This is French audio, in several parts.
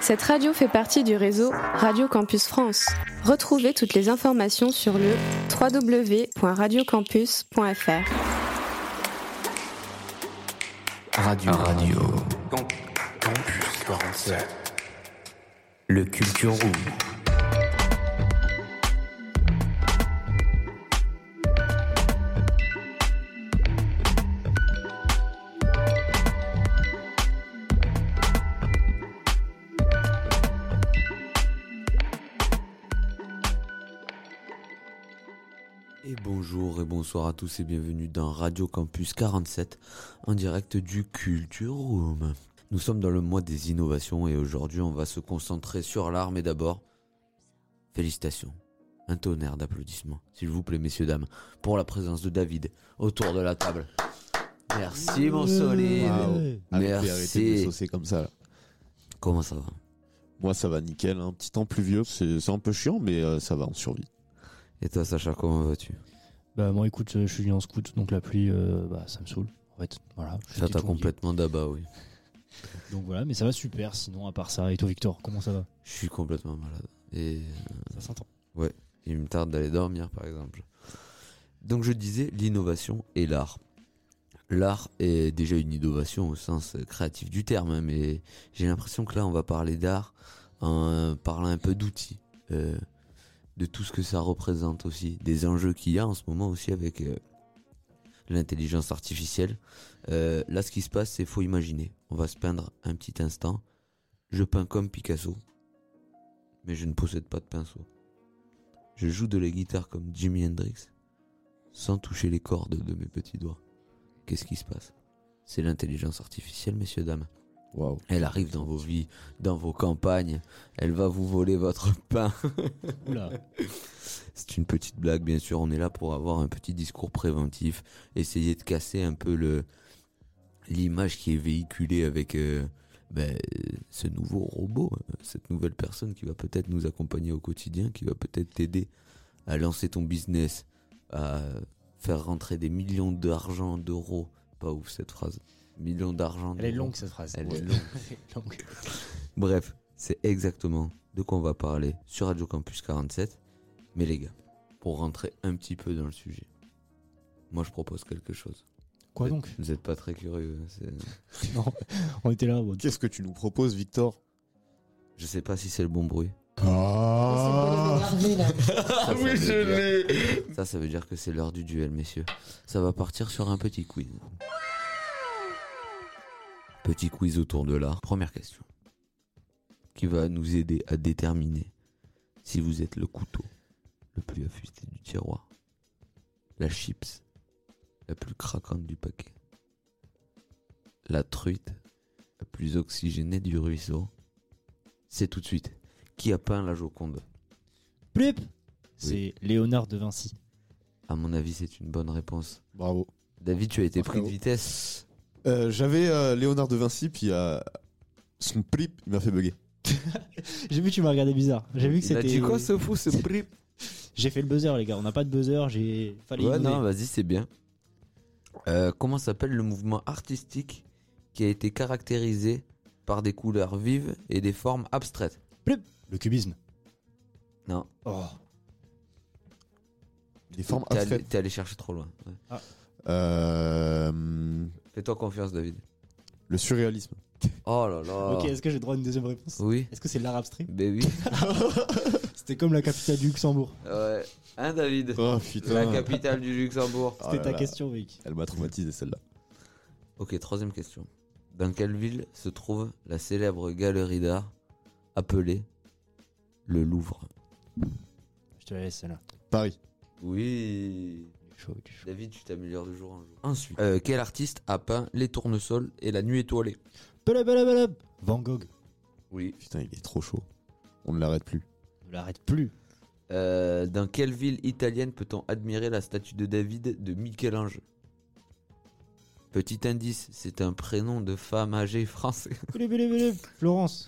Cette radio fait partie du réseau Radio Campus France. Retrouvez toutes les informations sur le www.radiocampus.fr. Radio. Campus 47. Le Culture Room. Et bonjour et bonsoir à tous et bienvenue dans Radio Campus 47 en direct du Culture Room. Nous sommes dans le mois des innovations et aujourd'hui on va se concentrer sur l'art, mais d'abord, félicitations, un tonnerre d'applaudissements, s'il vous plaît messieurs dames, pour la présence de David autour de la table. Merci mon solide, Arrêtez de me saucer comme ça là. Comment ça va? Moi ça va nickel, un petit temps pluvieux, c'est un peu chiant mais ça va, on survit. Et toi Sacha, comment vas-tu? Bah moi écoute, je suis en scout donc la pluie ça me saoule en fait, voilà. Ça t'a complètement d'abat, oui. Donc voilà, mais ça va super sinon à part ça. Et toi Victor, comment ça va? Je suis complètement malade et ça s'entend. Ouais, il me tarde d'aller dormir par exemple. Donc je disais l'innovation et l'art. L'art est déjà une innovation au sens créatif du terme, hein, mais j'ai l'impression que là on va parler d'art en parlant un peu d'outils, de tout ce que ça représente aussi, des enjeux qu'il y a en ce moment aussi avec l'intelligence artificielle. Là ce qui se passe, c'est faut imaginer, on va se peindre un petit instant, je peins comme Picasso, mais je ne possède pas de pinceau. Je joue de la guitare comme Jimi Hendrix, sans toucher les cordes de mes petits doigts. Qu'est-ce qui se passe? C'est l'intelligence artificielle, messieurs, dames. Waouh. Elle arrive dans vos vies, dans vos campagnes, elle va vous voler votre pain. Oula. C'est une petite blague, bien sûr, on est là pour avoir un petit discours préventif, essayer de casser un peu l'image qui est véhiculée avec ce nouveau robot, cette nouvelle personne qui va peut-être nous accompagner au quotidien, qui va peut-être t'aider à lancer ton business, à faire rentrer des millions d'euros. Pas ouf cette phrase. Millions d'argent. Elle est longue cette phrase. Elle est longue. Bref, c'est exactement de quoi on va parler sur Radio Campus 47. Mais les gars, pour rentrer un petit peu dans le sujet, moi je propose quelque chose. Quoi donc? Vous n'êtes pas très curieux. Non, on était là. Qu'est-ce que tu nous proposes, Victor? Je sais pas si c'est le bon bruit. Ah Oui, je l'ai. Ça veut dire que c'est l'heure du duel, messieurs. Ça va partir sur un petit quiz. Petit quiz autour de l'art. Première question, qui va nous aider à déterminer si vous êtes le couteau le plus affûté du tiroir, la chips la plus craquante du paquet, la truite la plus oxygénée du ruisseau. C'est tout de suite. Qui a peint la Joconde? Plip. C'est Léonard de Vinci. À mon avis, c'est une bonne réponse. Bravo. David, tu as été pris de vitesse. J'avais Léonard de Vinci, puis son plip, il m'a fait bugger. J'ai vu que tu m'as regardé bizarre. J'ai vu que Il a c'était. dit quoi ce fou, ce plip? J'ai fait le buzzer les gars, on n'a pas de buzzer, fallait Ouais, innover. non, vas-y, c'est bien. Comment s'appelle le mouvement artistique qui a été caractérisé par des couleurs vives et des formes abstraites? Plip. Le cubisme. Non. Oh. Des formes T'es abstraites. allé chercher trop loin. Ouais. Fais-toi confiance, David. Le surréalisme. Oh là là. Ok, est-ce que j'ai droit à une deuxième réponse? Oui. Est-ce que c'est l'art abstrait? Ben oui. C'était comme la capitale du Luxembourg. Ouais. Hein, David? Oh putain. La capitale du Luxembourg. Oh C'était là ta là. question, mec. Elle m'a traumatisé celle-là. Ok, troisième question. Dans quelle ville se trouve la célèbre galerie d'art appelée le Louvre? Je te la laisse celle-là. Paris. Oui. Chaud. David, tu t'améliores de jour en jour. Ensuite, quel artiste a peint les tournesols et la nuit étoilée? Van Gogh. Oui. Putain, il est trop chaud. On ne l'arrête plus. Ne l'arrête plus. Dans quelle ville italienne peut-on admirer la statue de David de Michel-Ange? Petit indice, c'est un prénom de femme âgée français. Florence.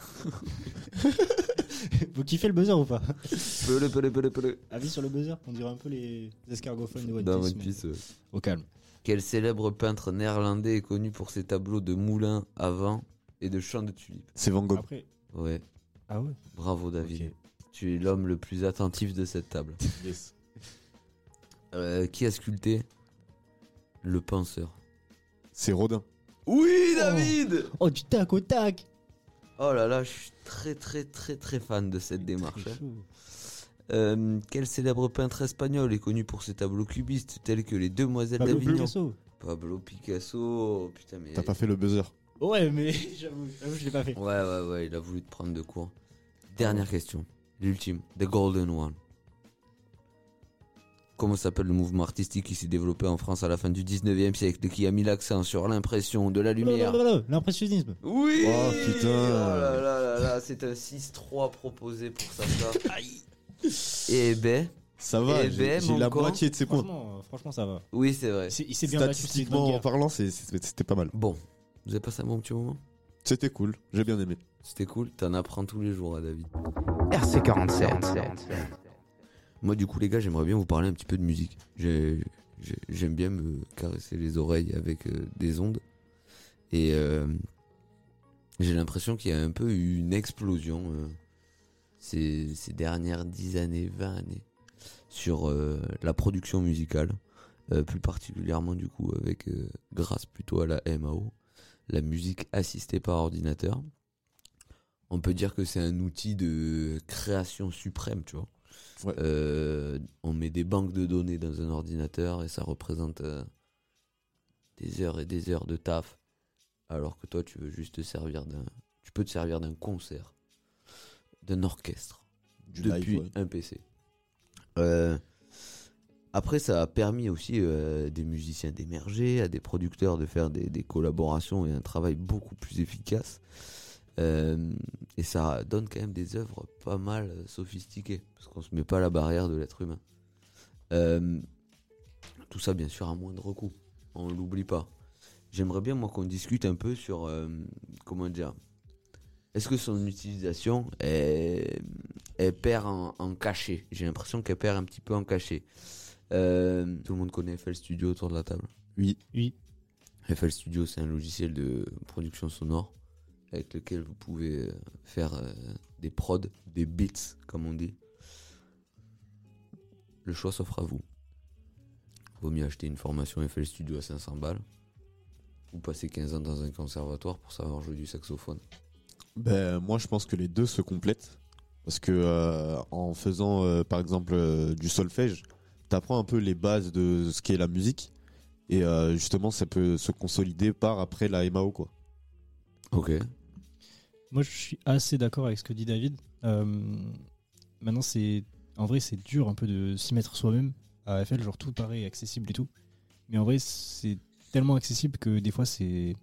Vous kiffez le buzzer ou pas? Pelé. Avis sur le buzzer? On dirait un peu les escargophones de One Dans Piece. One Piece. Au calme. Quel célèbre peintre néerlandais est connu pour ses tableaux de moulins à vent et de champs de tulipes? C'est Van Gogh. Après, Ouais. Ah ouais. Bravo David. Ok. Tu es l'homme le plus attentif de cette table. Yes. Qui a sculpté le penseur? C'est Rodin. Oui David. Oh, du tac au tac. Oh là là, je suis très très très très fan de cette démarche. Très hein. chaud. Quel célèbre peintre espagnol est connu pour ses tableaux cubistes tels que les Demoiselles Pablo d'Avignon? Picasso. Pablo Picasso. Putain mais. T'as pas fait le buzzer. Ouais, mais j'avoue, je l'ai pas fait. Ouais, il a voulu te prendre de court. Dernière question, l'ultime, The Golden One. Comment s'appelle le mouvement artistique qui s'est développé en France à la fin du 19e siècle et qui a mis l'accent sur l'impression de la lumière? L'impressionnisme. Oui. Oh, putain. Oh là là, c'est un 6-3 proposé pour Sacha. Et ben, Ça va, Eh ben, j'ai mon la con. moitié de ses points. Franchement, ça va. oui c'est vrai. Il s'est bien battu. Statistiquement en parlant, c'était pas mal. Bon, vous avez passé un bon petit moment? C'était cool, j'ai bien aimé. C'était cool, t'en apprends tous les jours à David. RC47. Moi du coup les gars, j'aimerais bien vous parler un petit peu de musique. J'aime bien me caresser les oreilles avec des ondes. Et j'ai l'impression qu'il y a un peu eu une explosion ces dernières 10 années, 20 années sur la production musicale. Plus particulièrement du coup avec grâce plutôt à la MAO, la musique assistée par ordinateur. On peut dire que c'est un outil de création suprême, tu vois. Ouais. On met des banques de données dans un ordinateur et ça représente des heures et des heures de taf. Alors que toi, tu veux juste te servir tu peux te servir d'un concert, d'un orchestre, Du depuis live, ouais. un PC. Après, ça a permis aussi des musiciens d'émerger, à des producteurs de faire des collaborations et un travail beaucoup plus efficace. Et ça donne quand même des œuvres pas mal sophistiquées, parce qu'on se met pas à la barrière de l'être humain. Tout ça, bien sûr, à moindre coût. On l'oublie pas. J'aimerais bien, moi, qu'on discute un peu sur... comment dire... Est-ce que son utilisation elle perd en cachet? J'ai l'impression qu'elle perd un petit peu en cachet. Tout le monde connaît FL Studio autour de la table? Oui. FL Studio, c'est un logiciel de production sonore avec lequel vous pouvez faire des prods, des beats, comme on dit. Le choix s'offre à vous. Vaut mieux acheter une formation FL Studio à 500 balles ou passer 15 ans dans un conservatoire pour savoir jouer du saxophone. Ben, moi, je pense que les deux se complètent. Parce que en faisant, par exemple, du solfège, t'apprends un peu les bases de ce qu'est la musique. Et justement, ça peut se consolider par après la MAO, quoi. Ok. Moi, je suis assez d'accord avec ce que dit David. Maintenant, en vrai, c'est dur un peu de s'y mettre soi-même à FL. Genre, tout paraît accessible et tout. Mais en vrai, c'est tellement accessible que des fois, c'est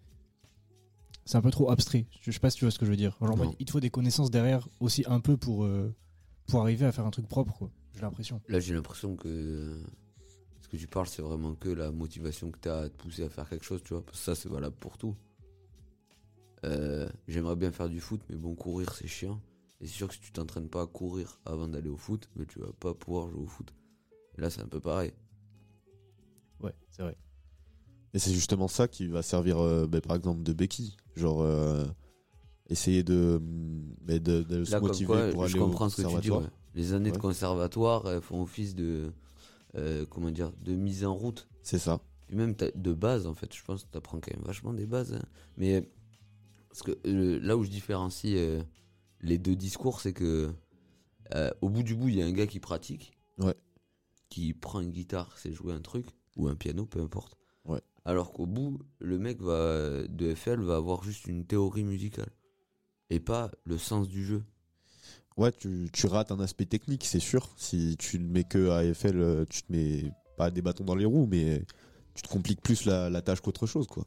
un peu trop abstrait. Je sais pas si tu vois ce que je veux dire. Genre, en mode, il te faut des connaissances derrière aussi un peu pour arriver à faire un truc propre, quoi. J'ai l'impression. Là, j'ai l'impression que ce que tu parles, c'est vraiment que la motivation que tu as à te pousser à faire quelque chose, tu vois. Parce que ça, c'est valable pour tout. J'aimerais bien faire du foot, mais bon, courir, c'est chiant. Et c'est sûr que si tu t'entraînes pas à courir avant d'aller au foot, mais tu vas pas pouvoir jouer au foot. Et là, c'est un peu pareil. Ouais, c'est vrai. Et c'est justement ça qui va servir, par exemple, de béquille. Genre, essayer de se Là, comme motiver quoi, pour je aller au comprends ce que tu dis. conservatoire. Ouais. Les années de Ouais. conservatoire, elles font office de de mise en route. C'est ça. Puis même de base, en fait, je pense que tu apprends quand même vachement des bases. Hein. Mais parce que là où je différencie les deux discours, c'est que au bout du bout, il y a un gars qui pratique, Ouais. qui prend une guitare, sait jouer un truc, ou un piano, peu importe. Ouais. Alors qu'au bout, le mec de FL va avoir juste une théorie musicale et pas le sens du jeu. Ouais, tu rates un aspect technique, c'est sûr. Si tu ne mets que à FL, tu te mets pas des bâtons dans les roues, mais tu te compliques plus la tâche qu'autre chose, quoi.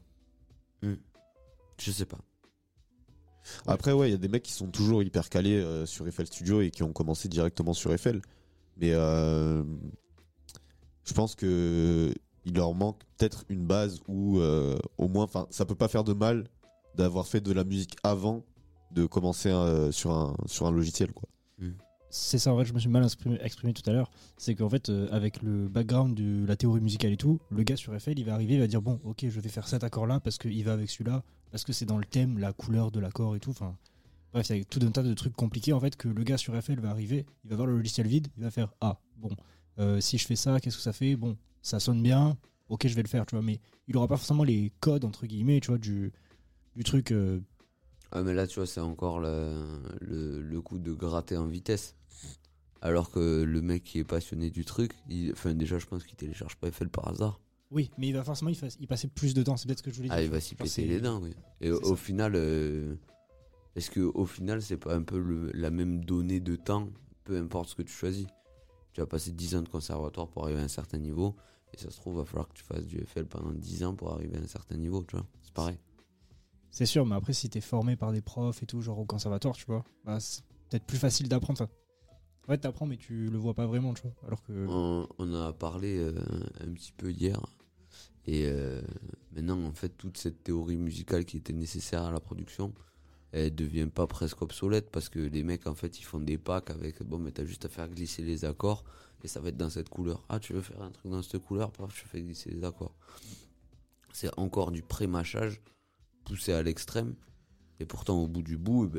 Je sais pas. Après, ouais, il y a des mecs qui sont toujours hyper calés sur FL Studio et qui ont commencé directement sur FL. Mais je pense que il leur manque peut-être une base où, au moins, ça peut pas faire de mal d'avoir fait de la musique avant de commencer sur un logiciel, quoi. C'est ça, en fait, je me suis mal exprimé tout à l'heure. C'est qu'en fait, avec le background de la théorie musicale et tout, le gars sur FL, il va arriver, il va dire bon, ok, je vais faire cet accord-là parce qu'il va avec celui-là, parce que c'est dans le thème, la couleur de l'accord et tout. Enfin, Bref, il y a tout un tas de trucs compliqués en fait que le gars sur FL va arriver, il va voir le logiciel vide, il va faire ah bon, si je fais ça, qu'est-ce que ça fait? Bon, ça sonne bien, ok, je vais le faire, tu vois, mais il aura pas forcément les codes entre guillemets, tu vois, du truc. Ah, mais là, tu vois, c'est encore le coup de gratter en vitesse. Alors que le mec qui est passionné du truc, enfin, déjà, je pense qu'il télécharge pas FL par hasard. Oui, mais il va forcément y passer plus de temps, c'est peut-être ce que je voulais dire. Ah, il va s'y Genre, péter les dents, oui. Et au final, est-ce que au final, c'est pas un peu la même donnée de temps, peu importe ce que tu choisis? Tu vas passer 10 ans de conservatoire pour arriver à un certain niveau, et ça se trouve, il va falloir que tu fasses du FL pendant 10 ans pour arriver à un certain niveau, tu vois. C'est pareil. C'est sûr, mais après, si t'es formé par des profs et tout, genre au conservatoire, tu vois, bah, c'est peut-être plus facile d'apprendre ça. En fait, t'apprends, mais tu le vois pas vraiment, tu vois. Alors que. On en a parlé un petit peu hier. Et maintenant, en fait, toute cette théorie musicale qui était nécessaire à la production, elle devient pas presque obsolète parce que les mecs, en fait, ils font des packs avec bon, mais t'as juste à faire glisser les accords et ça va être dans cette couleur. Ah, tu veux faire un truc dans cette couleur, paf, je fais glisser les accords. C'est encore du pré-mâchage poussé à l'extrême. Et pourtant, au bout du bout,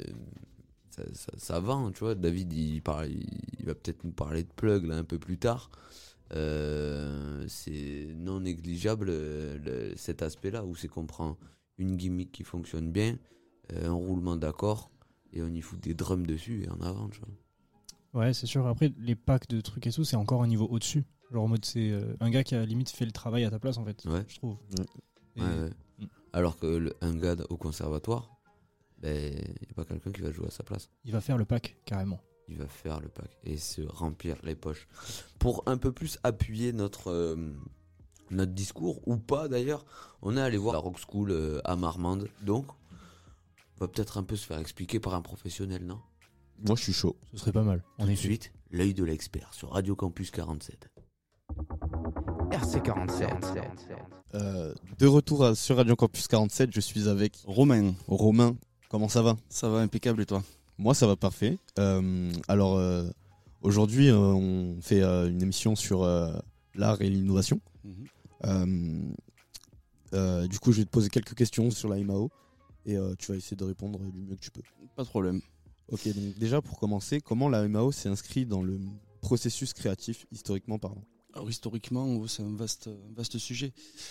ça vend, tu vois. David, il va peut-être nous parler de plug là un peu plus tard. C'est non négligeable cet aspect-là où c'est qu'on prend une gimmick qui fonctionne bien, un roulement d'accords et on y fout des drums dessus et en avant, tu vois. Ouais, c'est sûr. Après, les packs de trucs et tout, c'est encore un niveau au-dessus. Genre en mode, c'est un gars qui a limite fait le travail à ta place, en fait, Ouais. je trouve. Et- Ouais. Alors que un gars au conservatoire, il n'y a pas quelqu'un qui va jouer à sa place. Il va faire le pack, carrément. Il va faire le pack et se remplir les poches. Pour un peu plus appuyer notre discours, ou pas d'ailleurs, on est allé voir la Rock School à Marmande. Donc, on va peut-être un peu se faire expliquer par un professionnel, non? Moi, je suis chaud. Ce serait pas mal. Tout de suite, l'œil de l'expert sur Radio Campus 47. RC47. De retour sur Radio Campus 47, je suis avec Romain, Comment ça va? ça va impeccable et toi? Moi, ça va parfait. Aujourd'hui, on fait une émission sur l'art et l'innovation. Du coup, je vais te poser quelques questions sur la MAO et tu vas essayer de répondre du mieux que tu peux. Pas de problème. Ok, donc déjà pour commencer, comment la MAO s'est inscrite dans le processus créatif, historiquement parlant? Alors historiquement, c'est un vaste sujet.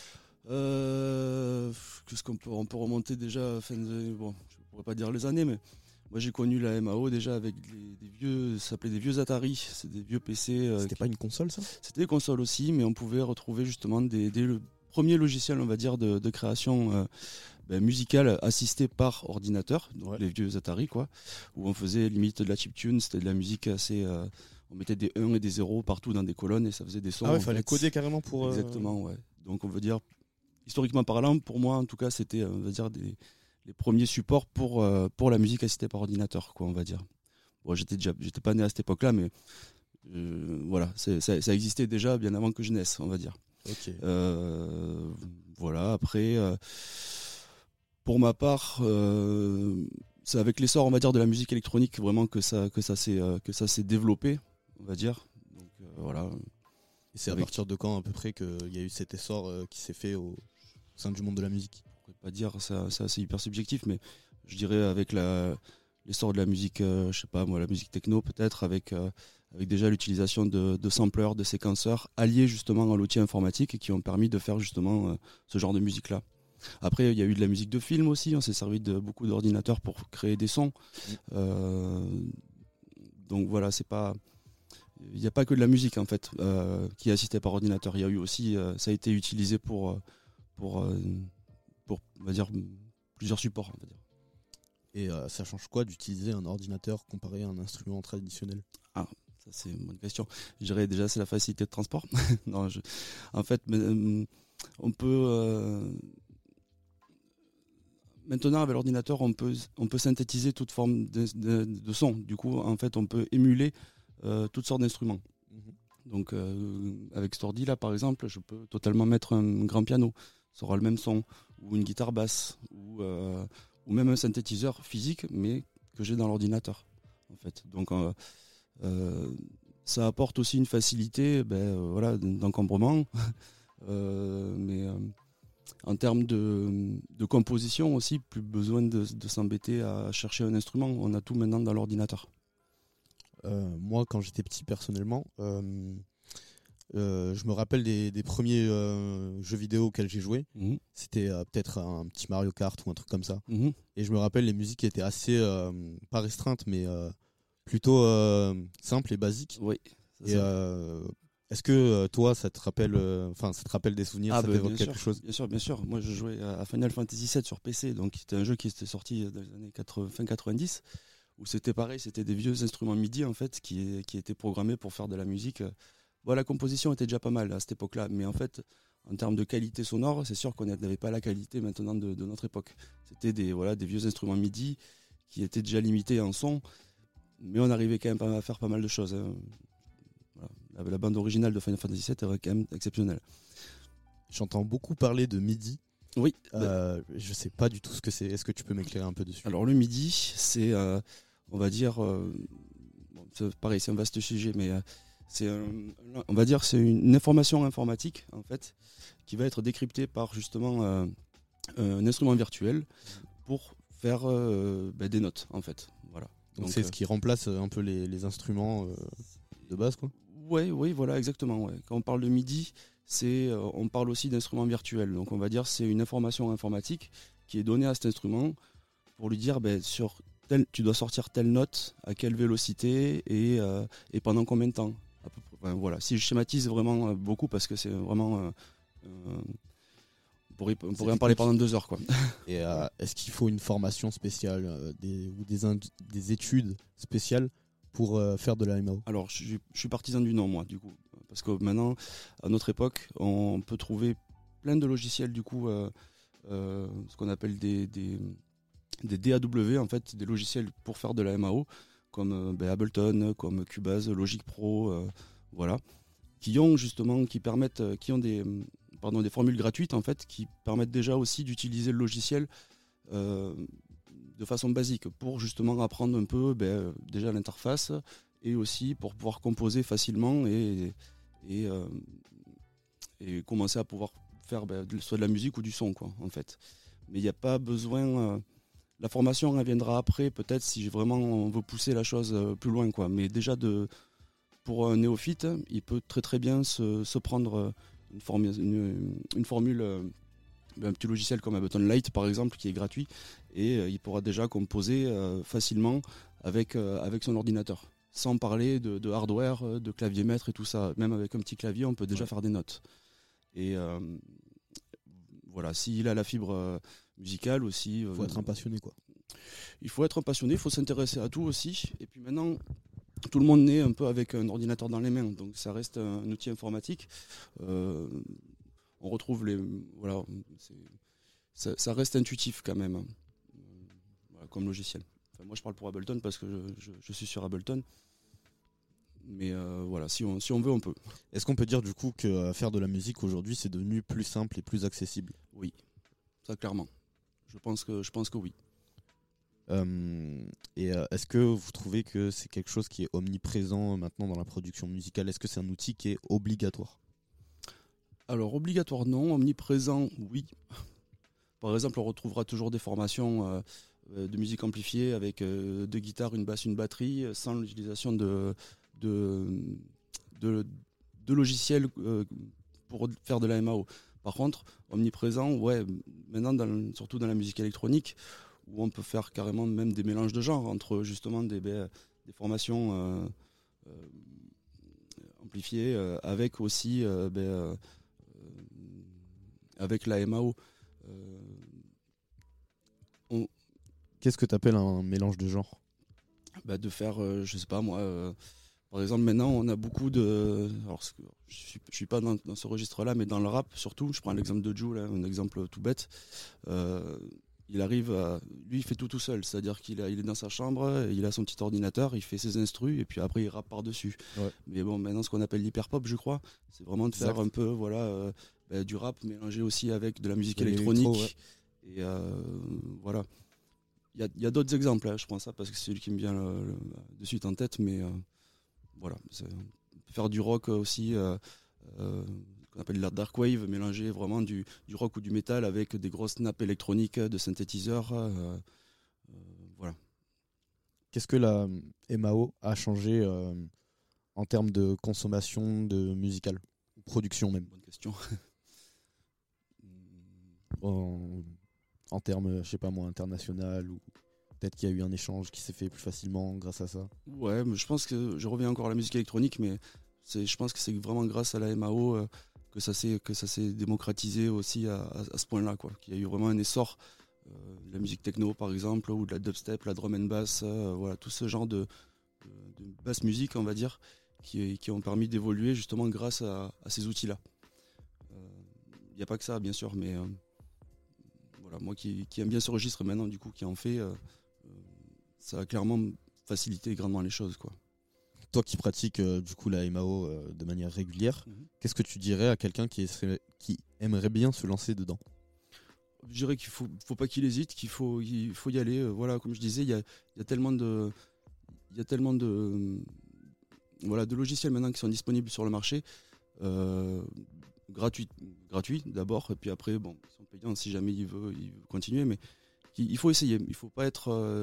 Qu'est-ce qu'on peut remonter déjà bon, je pourrais pas dire les années, mais moi j'ai connu la MAO déjà avec des vieux, ça s'appelait des vieux Atari, c'est des vieux PC. C'était pas une console, ça? C'était des consoles aussi, mais on pouvait retrouver justement le premier logiciel, on va dire, de création musicale assistée par ordinateur, donc Ouais. les vieux Atari, quoi, où on faisait limite de la chiptune, c'était de la musique assez. On mettait des 1 et des 0 partout dans des colonnes et ça faisait des sons. Ah ouais, en fallait fait. coder carrément pour. Exactement, ouais. Donc on veut dire, historiquement parlant, pour moi en tout cas, c'était, on va dire, les premiers supports pour la musique assistée par ordinateur, quoi, on va dire. Bon, j'étais pas né à cette époque-là, mais voilà, ça existait déjà bien avant que je naisse, on va dire. Ok. Voilà, après, pour ma part, c'est avec l'essor, on va dire, de la musique électronique vraiment que ça s'est développé, on va dire. Donc voilà. Et c'est à partir de quand à peu près qu'il y a eu cet essor qui s'est fait au sein du monde de la musique? Je pourrais pas dire, c'est hyper subjectif, mais je dirais avec l'essor de la musique, je sais pas moi, la musique techno peut-être, avec déjà l'utilisation de sampleurs, de séquenceurs, alliés justement à l'outil informatique et qui ont permis de faire justement ce genre de musique-là. Après, il y a eu de la musique de film aussi, on s'est servi de beaucoup d'ordinateurs pour créer des sons. Donc voilà, il n'y a pas que de la musique en fait qui est assistée par ordinateur. Il y a eu aussi, ça a été utilisé pour on va dire plusieurs supports. On va dire. Et ça change quoi d'utiliser un ordinateur comparé à un instrument traditionnel? Ça c'est une bonne question. Je dirais déjà c'est la facilité de transport. Non, en fait, on peut maintenant avec l'ordinateur on peut synthétiser toute forme de son. Du coup, en fait, on peut émuler toutes sortes d'instruments. Donc avec cet ordi là par exemple, je peux totalement mettre un grand piano, ça aura le même son, ou une guitare basse, ou même un synthétiseur physique mais que j'ai dans l'ordinateur en fait. Donc ça apporte aussi une facilité voilà, d'encombrement mais en termes de composition aussi, plus besoin de s'embêter à chercher un instrument. On a tout maintenant dans l'ordinateur. Moi, quand j'étais petit, personnellement, je me rappelle des premiers jeux vidéo auxquels j'ai joué. C'était peut-être un petit Mario Kart ou un truc comme ça. Et je me rappelle, les musiques étaient assez, pas restreintes, mais plutôt simples et basiques. Oui. Et est-ce que toi, ça te rappelle des souvenirs, ça t'évoque quelque chose? Bien sûr. Moi, je jouais à Final Fantasy VII sur PC, donc c'était un jeu qui était sorti dans les années fin 90, où c'était pareil, c'était des vieux instruments MIDI en fait, qui étaient programmés pour faire de la musique. Bon, la composition était déjà pas mal à cette époque-là, mais en fait, en termes de qualité sonore, c'est sûr qu'on n'avait pas la qualité maintenant de notre époque. C'était des vieux instruments MIDI qui étaient déjà limités en son, mais on arrivait quand même à faire pas mal de choses. Voilà. La bande originale de Final Fantasy VII est quand même exceptionnelle. J'entends beaucoup parler de MIDI. Oui. Je sais pas du tout ce que c'est. Est-ce que tu peux m'éclairer un peu dessus? Alors le MIDI, c'est, on va dire, c'est pareil, c'est un vaste sujet, mais c'est une information informatique en fait, qui va être décryptée par justement un instrument virtuel pour faire des notes en fait. Voilà. Donc c'est ce qui remplace un peu les instruments de base, quoi. Oui, voilà, exactement. Ouais. Quand on parle de MIDI, on parle aussi d'instruments virtuels. Donc on va dire c'est une information informatique qui est donnée à cet instrument pour lui dire tu dois sortir telle note, à quelle vélocité et pendant combien de temps. À peu près. Enfin, voilà. Si je schématise vraiment beaucoup, parce que c'est vraiment... on pourrait en parler pendant 2 heures, quoi. Et est-ce qu'il faut une formation spéciale ou des études spéciales pour faire de la MAO? Alors, je suis partisan du non, moi, du coup. Parce que maintenant, à notre époque, on peut trouver plein de logiciels, du coup, ce qu'on appelle des DAW, en fait, des logiciels pour faire de la MAO, comme Ableton, comme Cubase, Logic Pro, voilà, qui ont des formules gratuites, en fait, qui permettent déjà aussi d'utiliser le logiciel de façon basique pour justement apprendre un peu déjà l'interface et aussi pour pouvoir composer facilement et commencer à pouvoir faire soit de la musique ou du son, quoi, en fait. Mais il n'y a pas besoin... la formation, elle viendra après, peut-être si vraiment on veut pousser la chose plus loin, quoi. Mais déjà, pour un néophyte, il peut très très bien se prendre une formule, un petit logiciel comme Ableton Lite par exemple, qui est gratuit, et il pourra déjà composer facilement avec son ordinateur, sans parler de hardware, de clavier maître et tout ça. Même avec un petit clavier, on peut déjà faire des notes. Et voilà, s'il a la fibre musicale aussi... Il faut être un passionné, quoi. Il faut être un passionné, il faut s'intéresser à tout aussi. Et puis maintenant, tout le monde naît un peu avec un ordinateur dans les mains, donc ça reste un outil informatique. On retrouve voilà, ça reste intuitif quand même, voilà, comme logiciel. Enfin, moi je parle pour Ableton parce que je suis sur Ableton, mais voilà, si on veut, on peut. Est-ce qu'on peut dire du coup que faire de la musique aujourd'hui c'est devenu plus simple et plus accessible? Oui, ça clairement. Je pense que oui. Et est-ce que vous trouvez que c'est quelque chose qui est omniprésent maintenant dans la production musicale? Est-ce que c'est un outil qui est obligatoire? Alors obligatoire non, omniprésent oui. Par exemple, on retrouvera toujours des formations de musique amplifiée avec 2 guitares, une basse, une batterie, sans l'utilisation de logiciels pour faire de la MAO. Par contre, omniprésent, ouais, maintenant surtout dans la musique électronique, où on peut faire carrément même des mélanges de genres entre justement des formations amplifiées avec aussi avec la MAO. Qu'est-ce que tu appelles un mélange de genres? De faire, je sais pas moi, par exemple maintenant on a beaucoup de... Alors je suis pas dans ce registre-là, mais dans le rap surtout, je prends l'exemple de Jul, un exemple tout bête. Il arrive lui il fait tout seul, c'est-à-dire qu'il est dans sa chambre, il a son petit ordinateur, il fait ses instrus et puis après il rappe par-dessus. Ouais. Mais bon, maintenant ce qu'on appelle l'hyperpop, je crois, c'est vraiment de faire un peu voilà du rap mélangé aussi avec de la musique électronique. Ouais. Et voilà. Il y a d'autres exemples, je prends ça parce que c'est celui qui me vient de suite en tête, mais voilà. On peut faire du rock aussi, qu'on appelle la dark wave, mélanger vraiment du rock ou du métal avec des grosses nappes électroniques, de synthétiseurs. Voilà. Qu'est-ce que la MAO a changé en termes de consommation de musicale, production même? Bonne question. En termes, je sais pas moi, international, ou peut-être qu'il y a eu un échange qui s'est fait plus facilement grâce à ça. Ouais, mais je pense que je reviens encore à la musique électronique, mais je pense que c'est vraiment grâce à la MAO que ça s'est démocratisé aussi à ce point-là, quoi. Qu'il y a eu vraiment un essor de la musique techno par exemple, ou de la dubstep, la drum and bass, voilà, tout ce genre de basse musique, on va dire, qui ont permis d'évoluer justement grâce à ces outils-là. Il n'y a pas que ça, bien sûr, mais voilà, moi qui aime bien ce registre maintenant, du coup, qui en fait, ça a clairement facilité grandement les choses, quoi. Toi qui pratiques du coup la MAO de manière régulière, qu'est-ce que tu dirais à quelqu'un qui aimerait bien se lancer dedans? Je dirais qu'il faut pas qu'il hésite, qu'il faut y aller. Voilà, comme je disais, il y a tellement de logiciels maintenant qui sont disponibles sur le marché, gratuits d'abord, et puis après, bon, ils sont payants si jamais il veut continuer, mais il faut essayer. Il faut pas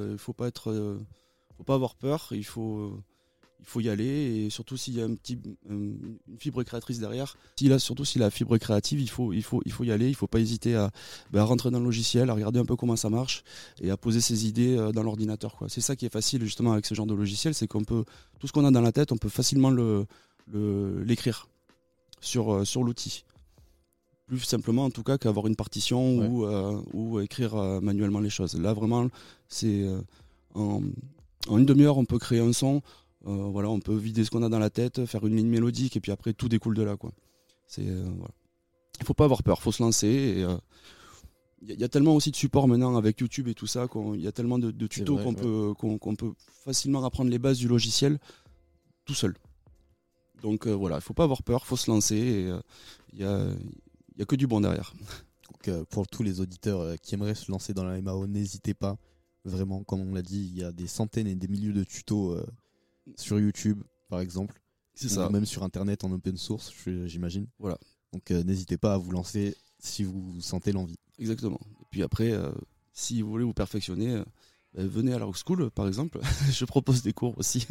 avoir peur. Il faut y aller, et surtout s'il y a une fibre créatrice derrière. S'il a la fibre créative, il faut y aller. Il faut pas hésiter à rentrer dans le logiciel, à regarder un peu comment ça marche et à poser ses idées dans l'ordinateur, quoi. C'est ça qui est facile justement avec ce genre de logiciel, c'est qu'on peut, tout ce qu'on a dans la tête, on peut facilement l'écrire sur l'outil. Plus simplement en tout cas qu'avoir une partition, ouais, ou écrire manuellement les choses. Là vraiment, c'est en une demi-heure on peut créer un son. Voilà, on peut vider ce qu'on a dans la tête, faire une ligne mélodique, et puis après tout découle de là, quoi. Voilà. Il faut pas avoir peur, faut se lancer. Il y a tellement aussi de supports maintenant avec YouTube et tout ça, il y a tellement de tutos qu'on peut facilement apprendre les bases du logiciel tout seul. Donc voilà, il faut pas avoir peur, faut se lancer, et il y a que du bon derrière. Donc, pour tous les auditeurs qui aimeraient se lancer dans la MAO, n'hésitez pas. Vraiment, comme on l'a dit, il y a des centaines et des milliers de tutos sur YouTube, par exemple. C'est ça. Même sur Internet en open source, j'imagine. Voilà. Donc n'hésitez pas à vous lancer si vous sentez l'envie. Exactement. Et puis après, si vous voulez vous perfectionner, venez à la Rock School, par exemple. Je propose des cours aussi.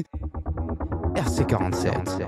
RC47.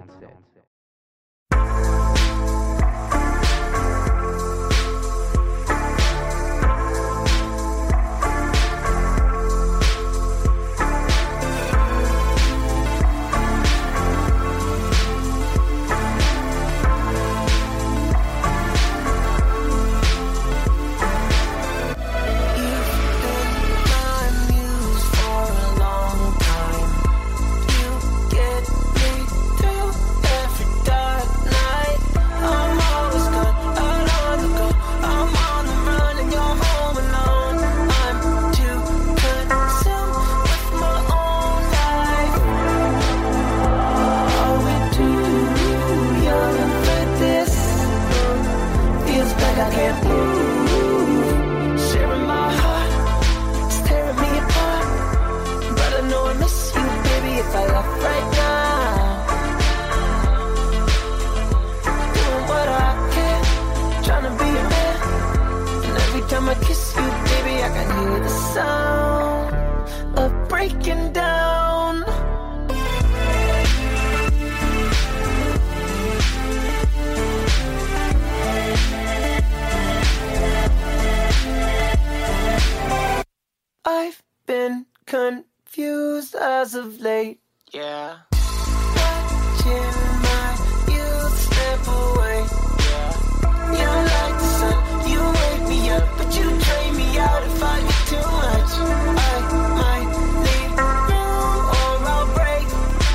I've been confused as of late, yeah. Watching my youth slip away, yeah. You're like the sun, you wake me up, but you drain me out if I get too much. I might need room or I'll break.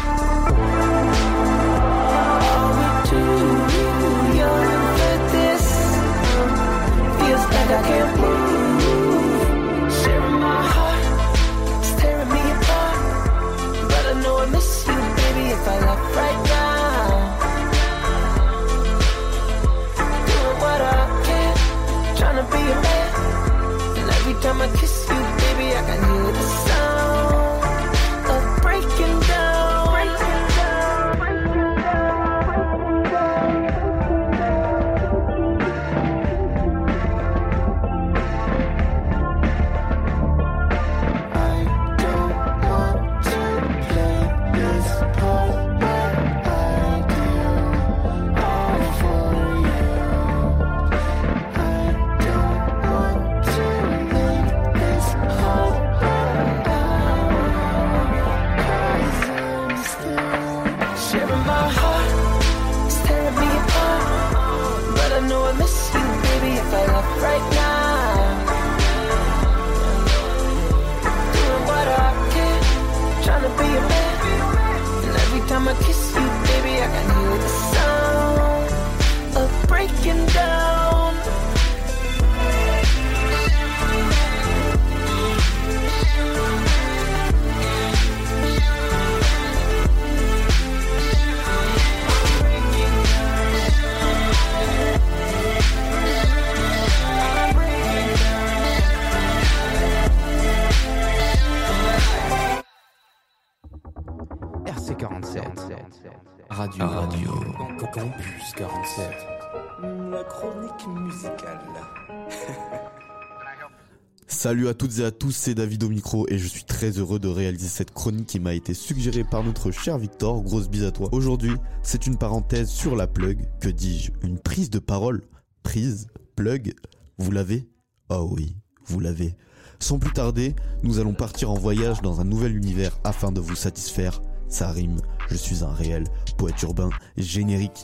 Are we too young for this? Feels like I can't move. If I left right now, doing what I can, trying to be a man. And every time I kiss you, baby, Radio Campus 47. La chronique musicale. Salut à toutes et à tous, c'est David au micro et je suis très heureux de réaliser cette chronique qui m'a été suggérée par notre cher Victor. Grosse bise à toi. Aujourd'hui, c'est une parenthèse sur la plug. Que dis-je ? Une prise de parole. Prise, plug, vous l'avez ? Oh oui, vous l'avez. Sans plus tarder, nous allons partir en voyage dans un nouvel univers afin de vous satisfaire. Ça rime, je suis un réel poète urbain générique.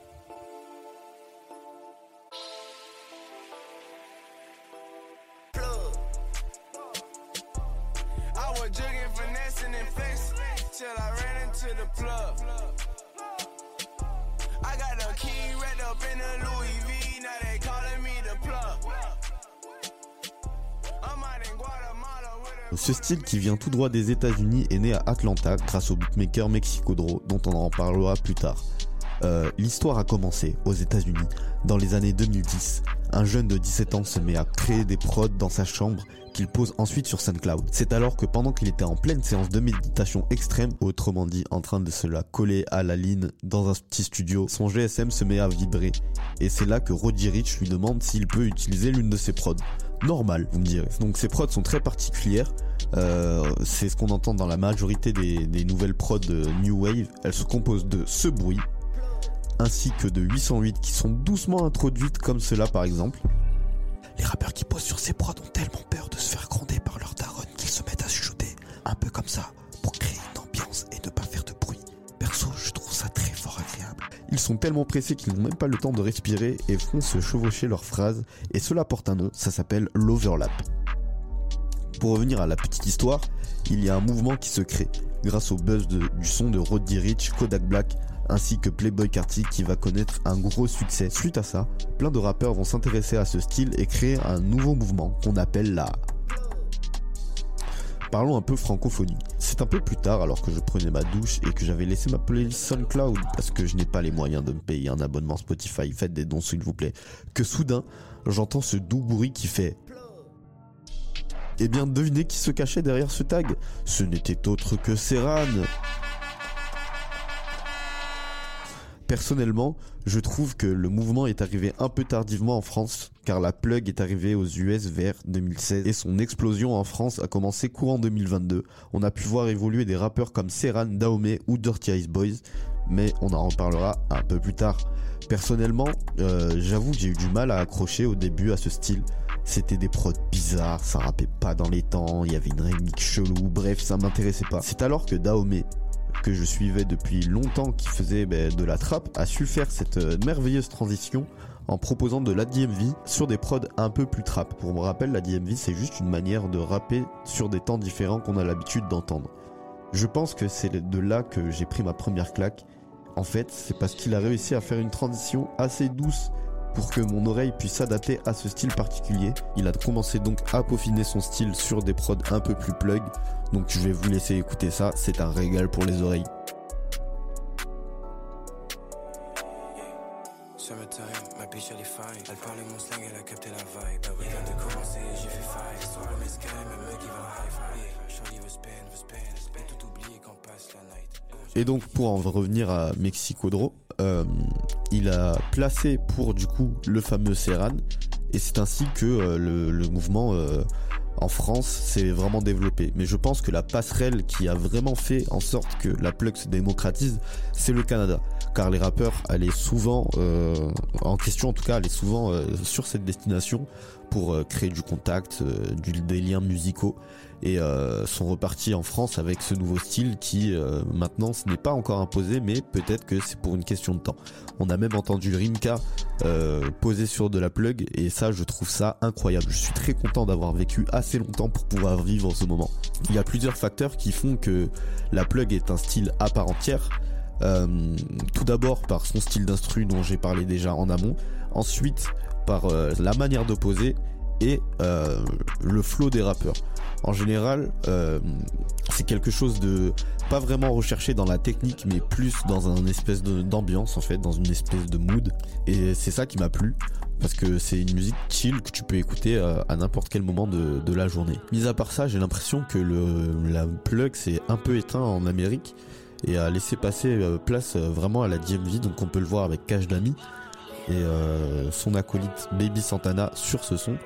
Ce style qui vient tout droit des États-Unis est né à Atlanta grâce au beatmaker Mexicodro dont on en parlera plus tard. L'histoire a commencé aux États-Unis dans les années 2010. Un jeune de 17 ans se met à créer des prods dans sa chambre qu'il pose ensuite sur SoundCloud. C'est alors que pendant qu'il était en pleine séance de méditation extrême, autrement dit en train de se la coller à la ligne dans un petit studio, son GSM se met à vibrer. Et c'est là que Roddy Ricch lui demande s'il peut utiliser l'une de ses prods. Normal, vous me direz. Donc ces prods sont très particulières. C'est ce qu'on entend dans la majorité des nouvelles prods de New Wave. Elles se composent de ce bruit ainsi que de 808 qui sont doucement introduites comme cela par exemple. Les rappeurs qui posent sur ces prods ont tellement peur de se faire gronder par leur daronne qu'ils se mettent à chuchoter un peu comme ça pour créer une ambiance et ne pas faire de bruit. Perso, je trouve ça très fort agréable. Ils sont tellement pressés qu'ils n'ont même pas le temps de respirer et font se chevaucher leurs phrases et cela porte un nom, ça s'appelle l'overlap. Pour revenir à la petite histoire, il y a un mouvement qui se crée grâce au buzz du son de Roddy Ricch, Kodak Black ainsi que Playboi Carti qui va connaître un gros succès. Suite à ça, plein de rappeurs vont s'intéresser à ce style et créer un nouveau mouvement qu'on appelle la... Parlons un peu francophonie. C'est un peu plus tard alors que je prenais ma douche et que j'avais laissé ma playlist SoundCloud parce que je n'ai pas les moyens de me payer un abonnement Spotify, faites des dons s'il vous plaît, que soudain j'entends ce doux bruit qui fait... Eh bien devinez qui se cachait derrière ce tag ? Ce n'était autre que Serran. Personnellement, je trouve que le mouvement est arrivé un peu tardivement en France, car la plug est arrivée aux US vers 2016 et son explosion en France a commencé courant 2022. On a pu voir évoluer des rappeurs comme Serran, Dahomey ou Dirty Ice Boys, mais on en reparlera un peu plus tard. Personnellement, j'avoue que j'ai eu du mal à accrocher au début à ce style. C'était des prods bizarres, ça rappait pas dans les temps, il y avait une remix chelou, bref, ça m'intéressait pas. C'est alors que Dahomey, que je suivais depuis longtemps, qui faisait de la trap, a su faire cette merveilleuse transition en proposant de la DMV sur des prods un peu plus trap. Pour me rappeler, la DMV c'est juste une manière de rapper sur des temps différents qu'on a l'habitude d'entendre. Je pense que c'est de là que j'ai pris ma première claque. En fait, c'est parce qu'il a réussi à faire une transition assez douce pour que mon oreille puisse s'adapter à ce style particulier. Il a commencé donc à peaufiner son style sur des prods un peu plus plug. Donc je vais vous laisser écouter ça, c'est un régal pour les oreilles. Ma bitch elle est fine, elle parlait mon slang, elle a capté la vibe. Bah oui, vient de commencer, j'ai fait five. Histoire de mes sky, même me give a high five. Shorty veut spend, tout oublier quand passe la night. Et donc pour en revenir à Mexicodro, il a placé pour du coup le fameux Serran et c'est ainsi que le mouvement en France s'est vraiment développé. Mais je pense que la passerelle qui a vraiment fait en sorte que la plug se démocratise, c'est le Canada. Car les rappeurs allaient souvent, en question en tout cas, allaient souvent sur cette destination pour créer du contact, des liens musicaux et sont repartis en France avec ce nouveau style qui maintenant ce n'est pas encore imposé mais peut-être que c'est pour une question de temps. On a même entendu Rimka poser sur de la plug et ça je trouve ça incroyable. Je suis très content d'avoir vécu assez longtemps pour pouvoir vivre ce moment. Il y a plusieurs facteurs qui font que la plug est un style à part entière. Tout d'abord par son style d'instru dont j'ai parlé déjà en amont, ensuite par la manière de poser et le flow des rappeurs. En général, c'est quelque chose de pas vraiment recherché dans la technique, mais plus dans un espèce d'ambiance en fait, dans une espèce de mood. Et c'est ça qui m'a plu, parce que c'est une musique chill que tu peux écouter à n'importe quel moment de la journée. Mis à part ça, j'ai l'impression que la plug s'est un peu éteint en Amérique. et a laissé passer place vraiment à la DMV. Donc on peut le voir avec Cash Dami et son acolyte Baby Santana sur ce son.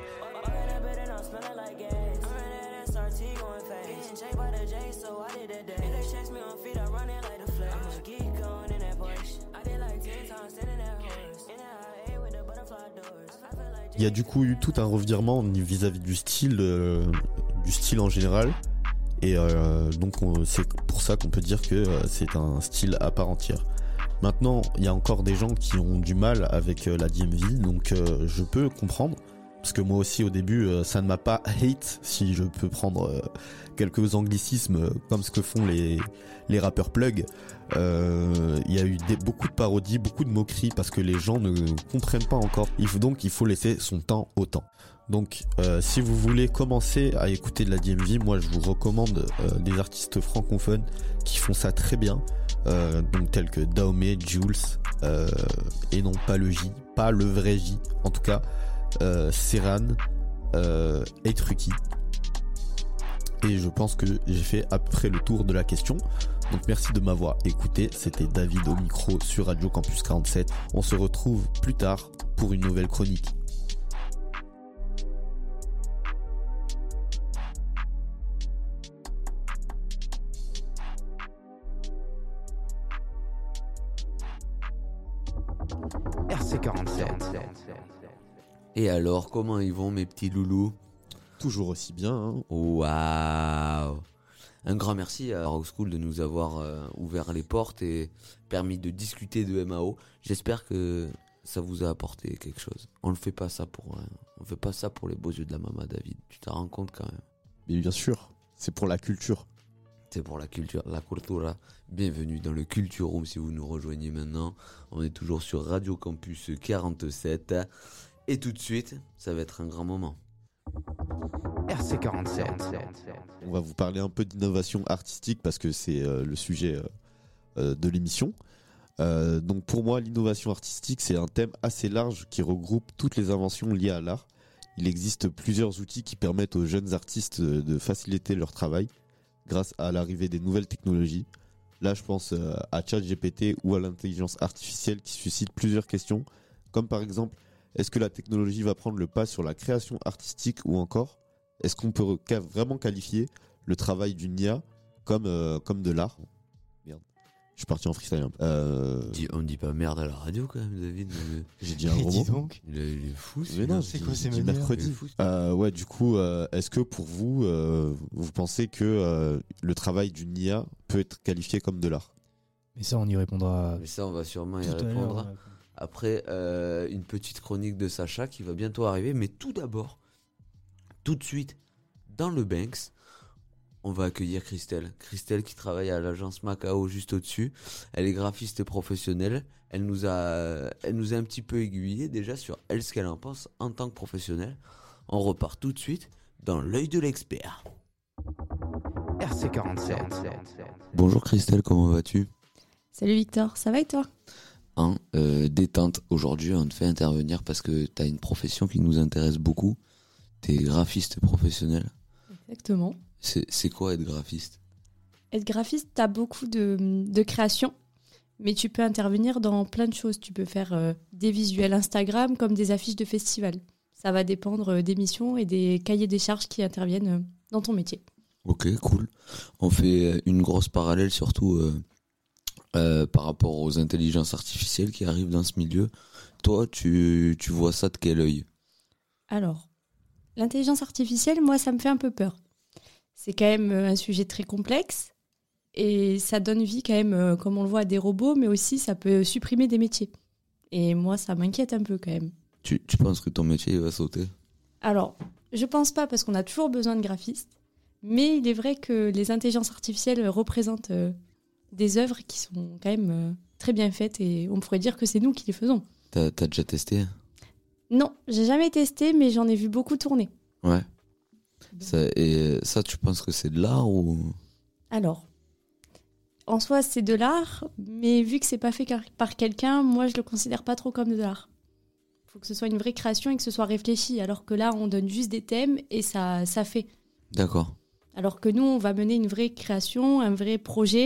Il y a du coup eu tout un revirement vis-à-vis du style en général, et donc c'est pour ça qu'on peut dire que c'est un style à part entière. Maintenant, il y a encore des gens qui ont du mal avec la DMV, donc je peux comprendre, parce que moi aussi au début ça ne m'a pas hate, si je peux prendre quelques anglicismes comme ce que font les rappeurs plug. Il y a eu beaucoup de parodies, beaucoup de moqueries parce que les gens ne comprennent pas encore. Il faut laisser son temps au temps. Donc si vous voulez commencer à écouter de la DMV, moi je vous recommande des artistes francophones qui font ça très bien, donc tels que Daomé, Jules, et non pas le J, pas le vrai J, en tout cas Serran et Trucky. Et je pense que j'ai fait à peu près le tour de la question. Donc merci de m'avoir écouté. C'était David au micro sur Radio Campus 47. On se retrouve plus tard pour une nouvelle chronique. RC47. Et alors, comment ils vont mes petits loulous? Toujours aussi bien. Hein. Waouh! Un grand merci à Rock School de nous avoir ouvert les portes et permis de discuter de MAO. J'espère que ça vous a apporté quelque chose. On ne fait pas ça pour les beaux yeux de la maman, David. Tu t'en rends compte quand même? Mais bien sûr, c'est pour la culture. C'est pour la culture, la cultura. Bienvenue dans le Culture Room si vous nous rejoignez maintenant. On est toujours sur Radio Campus 47. Et tout de suite, ça va être un grand moment. RC47. On va vous parler un peu d'innovation artistique parce que c'est le sujet de l'émission. Donc pour moi, l'innovation artistique, c'est un thème assez large qui regroupe toutes les inventions liées à l'art. Il existe plusieurs outils qui permettent aux jeunes artistes de faciliter leur travail grâce à l'arrivée des nouvelles technologies. Là, je pense à ChatGPT ou à l'intelligence artificielle qui suscite plusieurs questions, comme par exemple, est-ce que la technologie va prendre le pas sur la création artistique ou encore, est-ce qu'on peut vraiment qualifier le travail d'une IA comme de l'art? Merde, je suis parti en freestyle. On dit pas merde à la radio quand même, David. J'ai dit un gros mot. Donc. Il est fou. Mais non, c'est quoi ces dit manières mercredi. Ouais, du coup, est-ce que pour vous, vous pensez que le travail d'une IA peut être qualifié comme de l'art? Mais ça, on y répondra. Mais ça, on va sûrement y tout à répondre. l'heure. Après, une petite chronique de Sacha qui va bientôt arriver. Mais tout d'abord, tout de suite, dans le Banks, on va accueillir Christelle. Christelle qui travaille à l'agence Macao juste au-dessus. Elle est graphiste professionnelle. Elle nous a un petit peu aiguillé déjà sur elle, ce qu'elle en pense en tant que professionnelle. On repart tout de suite dans l'œil de l'expert. RC47. Bonjour Christelle, comment vas-tu? Salut Victor, ça va et toi? Détente. Aujourd'hui, on te fait intervenir parce que tu as une profession qui nous intéresse beaucoup. Tu es graphiste professionnel. Exactement. C'est quoi être graphiste? Être graphiste, tu as beaucoup de créations, mais tu peux intervenir dans plein de choses. Tu peux faire des visuels Instagram comme des affiches de festival. Ça va dépendre des missions et des cahiers des charges qui interviennent dans ton métier. Ok, cool. On fait une grosse parallèle surtout par rapport aux intelligences artificielles qui arrivent dans ce milieu. Toi, tu vois ça de quel œil? Alors, l'intelligence artificielle, moi, ça me fait un peu peur. C'est quand même un sujet très complexe et ça donne vie quand même, comme on le voit, à des robots, mais aussi ça peut supprimer des métiers. Et moi, ça m'inquiète un peu quand même. Tu penses que ton métier va sauter? Alors, je pense pas parce qu'on a toujours besoin de graphistes, mais il est vrai que les intelligences artificielles représentent des œuvres qui sont quand même très bien faites et on pourrait dire que c'est nous qui les faisons. T'as déjà testé? Non, j'ai jamais testé, mais j'en ai vu beaucoup tourner. Ouais. Ça, tu penses que c'est de l'art ou? Alors, en soi, c'est de l'art, mais vu que c'est pas fait par quelqu'un, moi, je le considère pas trop comme de l'art. Il faut que ce soit une vraie création et que ce soit réfléchi, alors que là, on donne juste des thèmes et ça fait. D'accord. Alors que nous, on va mener une vraie création, un vrai projet,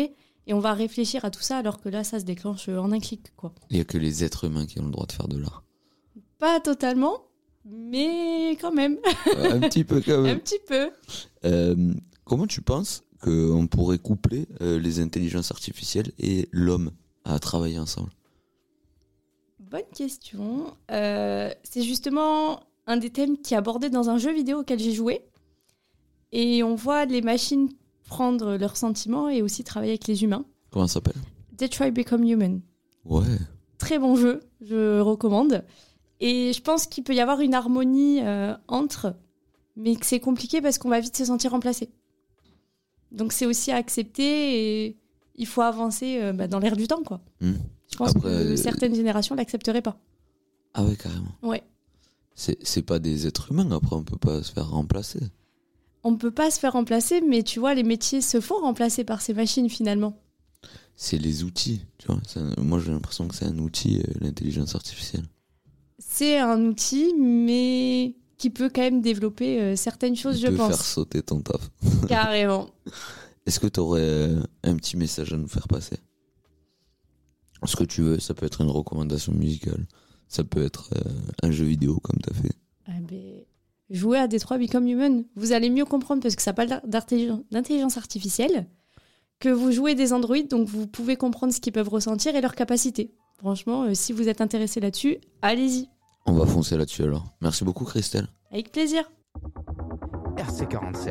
Et on va réfléchir à tout ça alors que là, ça se déclenche en un clic, quoi. Il n'y a que les êtres humains qui ont le droit de faire de l'art. Pas totalement, mais quand même. Un petit peu quand même. Un petit peu. Comment tu penses qu'on pourrait coupler les intelligences artificielles et l'homme à travailler ensemble? Bonne question. C'est justement un des thèmes qui est abordé dans un jeu vidéo auquel j'ai joué. Et on voit les machines prendre leurs sentiments et aussi travailler avec les humains. Comment ça s'appelle? Detroit Become Human. Ouais. Très bon jeu, je recommande. Et je pense qu'il peut y avoir une harmonie entre, mais que c'est compliqué parce qu'on va vite se sentir remplacé. Donc c'est aussi à accepter et il faut avancer dans l'air du temps, quoi. Je pense que certaines générations l'accepteraient pas. Ah ouais, carrément. Ouais. C'est pas des êtres humains, après on peut pas se faire remplacer. On peut pas se faire remplacer, mais tu vois, les métiers se font remplacer par ces machines finalement. C'est les outils, tu vois. Moi j'ai l'impression que c'est un outil, l'intelligence artificielle. C'est un outil, mais qui peut quand même développer certaines choses, je pense. Il peut faire sauter ton taf. Carrément. Est-ce que tu aurais un petit message à nous faire passer? Ce que tu veux, ça peut être une recommandation musicale, ça peut être un jeu vidéo comme tu as fait. Jouez à Detroit Become Human, vous allez mieux comprendre parce que ça parle d'intelligence artificielle, que vous jouez des androïdes, donc vous pouvez comprendre ce qu'ils peuvent ressentir et leurs capacités. Franchement, si vous êtes intéressé là-dessus, allez-y. On va foncer là-dessus alors. Merci beaucoup Christelle. Avec plaisir. RC47.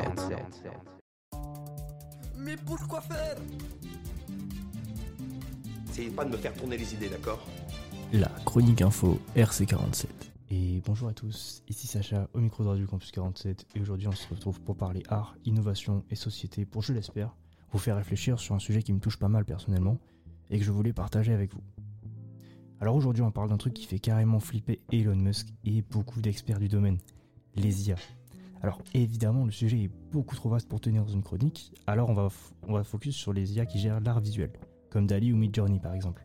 Mais pourquoi faire? Essayez pas de me faire tourner les idées, d'accord? La chronique info RC47. Et bonjour à tous, ici Sacha au micro de Radio Campus 47 et aujourd'hui on se retrouve pour parler art, innovation et société pour, je l'espère, vous faire réfléchir sur un sujet qui me touche pas mal personnellement et que je voulais partager avec vous. Alors aujourd'hui on parle d'un truc qui fait carrément flipper Elon Musk et beaucoup d'experts du domaine, les IA. Alors évidemment le sujet est beaucoup trop vaste pour tenir dans une chronique, alors on va focus sur les IA qui gèrent l'art visuel, comme DALL-E ou Midjourney par exemple.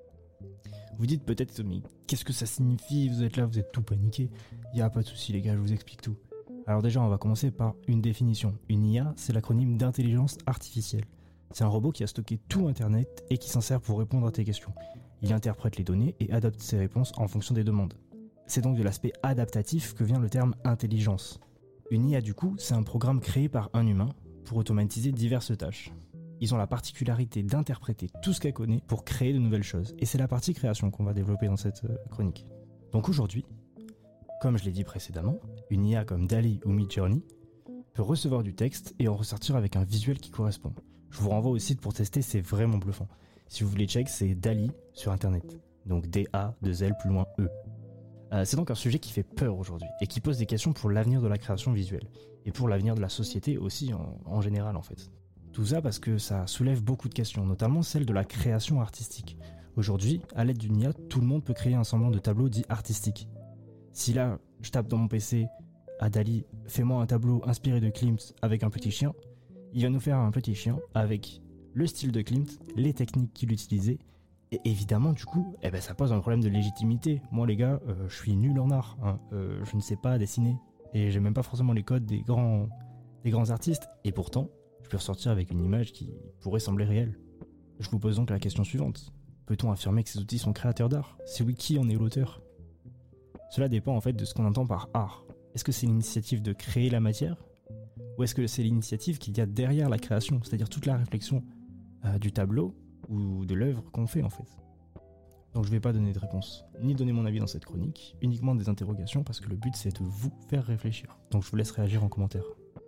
Vous dites peut-être, mais qu'est-ce que ça signifie? Vous êtes là, vous êtes tout paniqué. Il n'y a pas de souci les gars, je vous explique tout. Alors déjà, on va commencer par une définition. Une IA, c'est l'acronyme d'intelligence artificielle. C'est un robot qui a stocké tout Internet et qui s'en sert pour répondre à tes questions. Il interprète les données et adapte ses réponses en fonction des demandes. C'est donc de l'aspect adaptatif que vient le terme intelligence. Une IA du coup, c'est un programme créé par un humain pour automatiser diverses tâches. Ils ont la particularité d'interpréter tout ce qu'elle connaît pour créer de nouvelles choses. Et c'est la partie création qu'on va développer dans cette chronique. Donc aujourd'hui, comme je l'ai dit précédemment, une IA comme DALL-E ou Midjourney peut recevoir du texte et en ressortir avec un visuel qui correspond. Je vous renvoie au site pour tester, c'est vraiment bluffant. Si vous voulez check, c'est DALL-E sur internet. Donc D-A-2-L plus loin E. C'est donc un sujet qui fait peur aujourd'hui et qui pose des questions pour l'avenir de la création visuelle et pour l'avenir de la société aussi en général en fait. Tout ça parce que ça soulève beaucoup de questions, notamment celle de la création artistique. Aujourd'hui, à l'aide d'une IA, tout le monde peut créer un semblant de tableau dit artistique. Si là, je tape dans mon PC à DALL-E, fais-moi un tableau inspiré de Klimt avec un petit chien, il va nous faire un petit chien avec le style de Klimt, les techniques qu'il utilisait, et évidemment, du coup, ça pose un problème de légitimité. Moi, les gars, je suis nul en art, je ne sais pas dessiner, et j'ai même pas forcément les codes des grands artistes, et pourtant, je peux ressortir avec une image qui pourrait sembler réelle. Je vous pose donc la question suivante. Peut-on affirmer que ces outils sont créateurs d'art? Si oui, qui en est l'auteur? Cela dépend en fait de ce qu'on entend par art. Est-ce que c'est l'initiative de créer la matière? Ou est-ce que c'est l'initiative qu'il y a derrière la création? C'est-à-dire toute la réflexion du tableau ou de l'œuvre qu'on fait en fait. Donc je ne vais pas donner de réponse, ni donner mon avis dans cette chronique, uniquement des interrogations parce que le but c'est de vous faire réfléchir. Donc je vous laisse réagir en commentaire.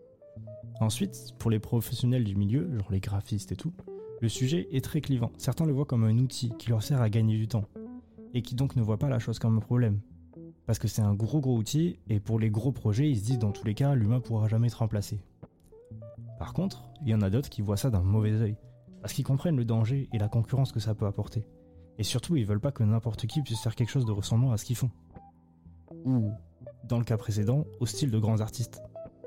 Ensuite, pour les professionnels du milieu, genre les graphistes et tout, le sujet est très clivant. Certains le voient comme un outil qui leur sert à gagner du temps, et qui donc ne voient pas la chose comme un problème. Parce que c'est un gros outil, et pour les gros projets, ils se disent dans tous les cas, l'humain pourra jamais être remplacé. Par contre, il y en a d'autres qui voient ça d'un mauvais œil, parce qu'ils comprennent le danger et la concurrence que ça peut apporter. Et surtout, ils veulent pas que n'importe qui puisse faire quelque chose de ressemblant à ce qu'ils font. Ou, dans le cas précédent, au style de grands artistes.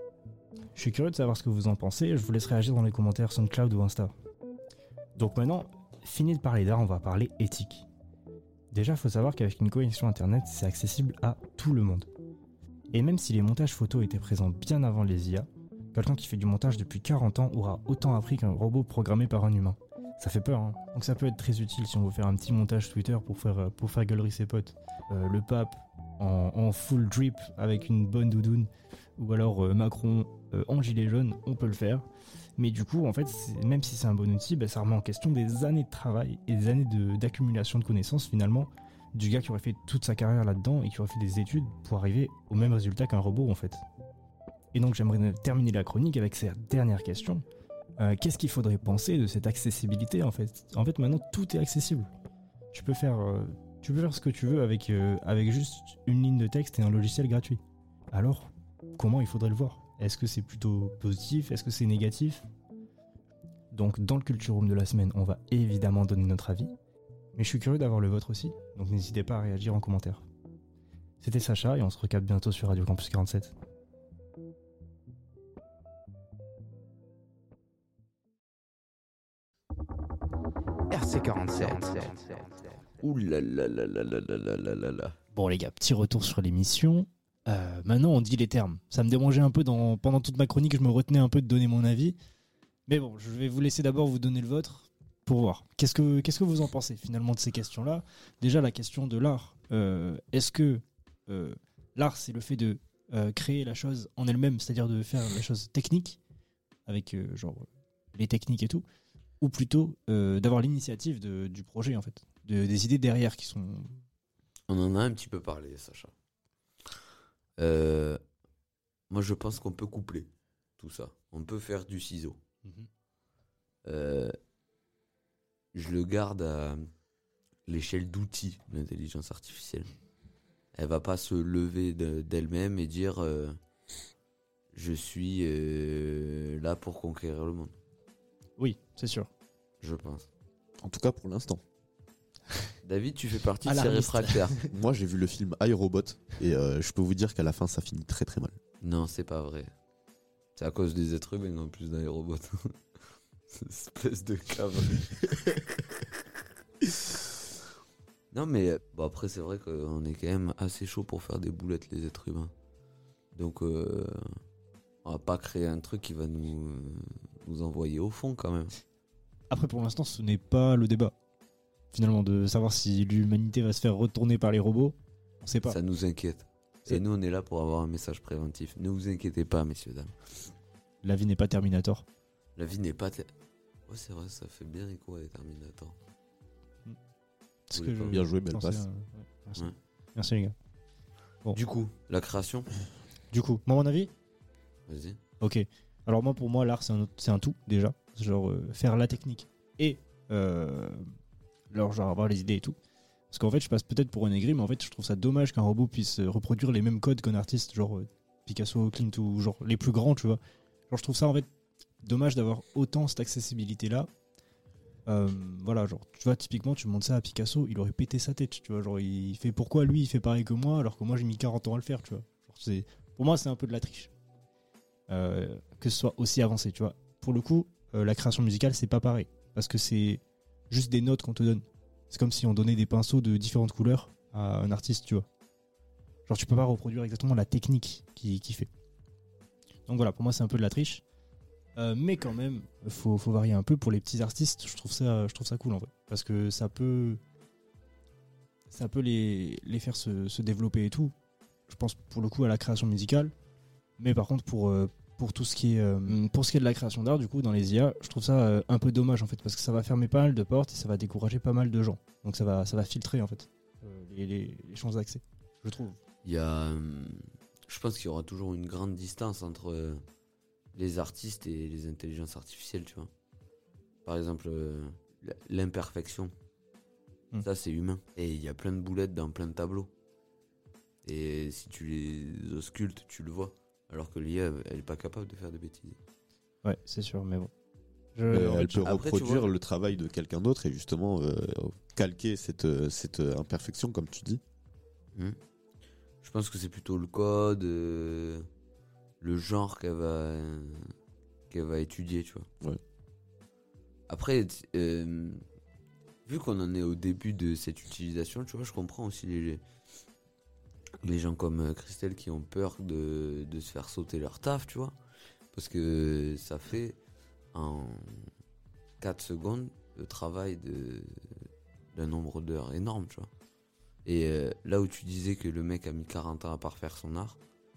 Je suis curieux de savoir ce que vous en pensez, je vous laisse réagir dans les commentaires SoundCloud ou Insta. Donc maintenant, fini de parler d'art, on va parler éthique. Déjà, il faut savoir qu'avec une connexion internet, c'est accessible à tout le monde. Et même si les montages photos étaient présents bien avant les IA, quelqu'un qui fait du montage depuis 40 ans aura autant appris qu'un robot programmé par un humain. Ça fait peur, hein. Donc ça peut être très utile si on veut faire un petit montage Twitter pour faire galerie ses potes. Le pape en full drip avec une bonne doudoune, ou alors Macron en gilet jaune, on peut le faire. Mais du coup, en fait, même si c'est un bon outil, ça remet en question des années de travail et des années d'accumulation de connaissances finalement du gars qui aurait fait toute sa carrière là-dedans et qui aurait fait des études pour arriver au même résultat qu'un robot en fait. Et donc j'aimerais terminer la chronique avec cette dernière question. Qu'est-ce qu'il faudrait penser de cette accessibilité en fait ? En fait, maintenant tout est accessible. Tu peux faire ce que tu veux avec juste une ligne de texte et un logiciel gratuit. Alors, comment il faudrait le voir ? Est-ce que c'est plutôt positif ? Est-ce que c'est négatif ? Donc dans le Culture Room de la semaine, on va évidemment donner notre avis. Mais je suis curieux d'avoir le vôtre aussi, donc n'hésitez pas à réagir en commentaire. C'était Sacha et on se recapte bientôt sur Radio Campus 47. RC47. Ouh là là là là là là là là là. Bon les gars, petit retour sur l'émission. Maintenant on dit les termes. Ça me dérangeait un peu pendant toute ma chronique, je me retenais un peu de donner mon avis. Mais bon, je vais vous laisser d'abord vous donner le vôtre pour voir. Qu'est-ce que vous en pensez finalement de ces questions-là ? Déjà la question de l'art. Est-ce que l'art c'est le fait de créer la chose en elle-même, c'est-à-dire de faire la chose technique, avec les techniques et tout, ou plutôt d'avoir l'initiative du projet en fait, des idées derrière qui sont... On en a un petit peu parlé, Sacha. Moi je pense qu'on peut coupler tout ça. On peut faire du ciseau. Je le garde à l'échelle d'outils de l'intelligence artificielle. Elle va pas se lever d'elle-même et dire je suis là pour conquérir le monde. Oui, c'est sûr. Je pense. En tout cas pour l'instant. David, tu fais partie de ces réfractaires. Moi j'ai vu le film iRobot et je peux vous dire qu'à la fin ça finit très très mal. Non, c'est pas vrai. C'est à cause des êtres humains en plus d'iRobot. Espèce de cavalerie. Non mais bon, après c'est vrai qu'on est quand même assez chaud pour faire des boulettes les êtres humains. Donc on va pas créer un truc qui va nous envoyer au fond quand même. Après pour l'instant ce n'est pas le débat. Finalement de savoir si l'humanité va se faire retourner par les robots, on sait pas. Ça nous inquiète. Et nous on est là pour avoir un message préventif. Ne vous inquiétez pas messieurs dames. La vie n'est pas Terminator. La vie n'est pas... Ouais c'est vrai, ça fait bien écho à les Terminator. Bien joué, belle passe. Merci. Merci les gars. Bon. Du coup, la création. Du coup, mon avis ? Vas-y. Ok. Alors moi pour moi l'art c'est un tout déjà. Genre faire la technique et genre avoir les idées et tout. Parce qu'en fait je passe peut-être pour un aigri, mais en fait je trouve ça dommage qu'un robot puisse reproduire les mêmes codes qu'un artiste, genre Picasso, Klimt ou genre les plus grands, tu vois. Genre je trouve ça en fait dommage d'avoir autant cette accessibilité là. Voilà, genre tu vois typiquement tu montres ça à Picasso, il aurait pété sa tête, tu vois, genre il fait pourquoi lui il fait pareil que moi alors que moi j'ai mis 40 ans à le faire, tu vois. Genre, pour moi c'est un peu de la triche. Que ce soit aussi avancé, tu vois. Pour le coup, la création musicale c'est pas pareil parce que c'est juste des notes qu'on te donne. C'est comme si on donnait des pinceaux de différentes couleurs à un artiste, tu vois. Genre tu peux pas reproduire exactement la technique qu'il fait. Donc voilà, pour moi c'est un peu de la triche. Mais quand même, faut varier un peu pour les petits artistes. Je trouve ça cool en vrai, parce que ça peut les faire se développer et tout. Je pense pour le coup à la création musicale, mais par contre pour tout ce qui est pour ce qui est de la création d'art, du coup dans les IA, je trouve ça un peu dommage en fait, parce que ça va fermer pas mal de portes et ça va décourager pas mal de gens. Donc ça va filtrer en fait les chances d'accès, je trouve. Je pense qu'il y aura toujours une grande distance entre les artistes et les intelligences artificielles, tu vois. Par exemple, l'imperfection. Ça, c'est humain. Et il y a plein de boulettes dans plein de tableaux. Et si tu les auscultes, tu le vois. Alors que l'IA, elle est pas capable de faire des bêtises. Ouais, c'est sûr, mais bon. Elle peut reproduire le travail de quelqu'un d'autre et justement calquer cette imperfection, comme tu dis. Je pense que c'est plutôt le code, le genre qu'elle va étudier, tu vois. Ouais. Après, vu qu'on en est au début de cette utilisation, tu vois, je comprends aussi les gens comme Christelle qui ont peur de se faire sauter leur taf, tu vois. Parce que ça fait en 4 secondes de travail d'un nombre d'heures énorme, tu vois. Et là où tu disais que le mec a mis 40 ans à parfaire son art,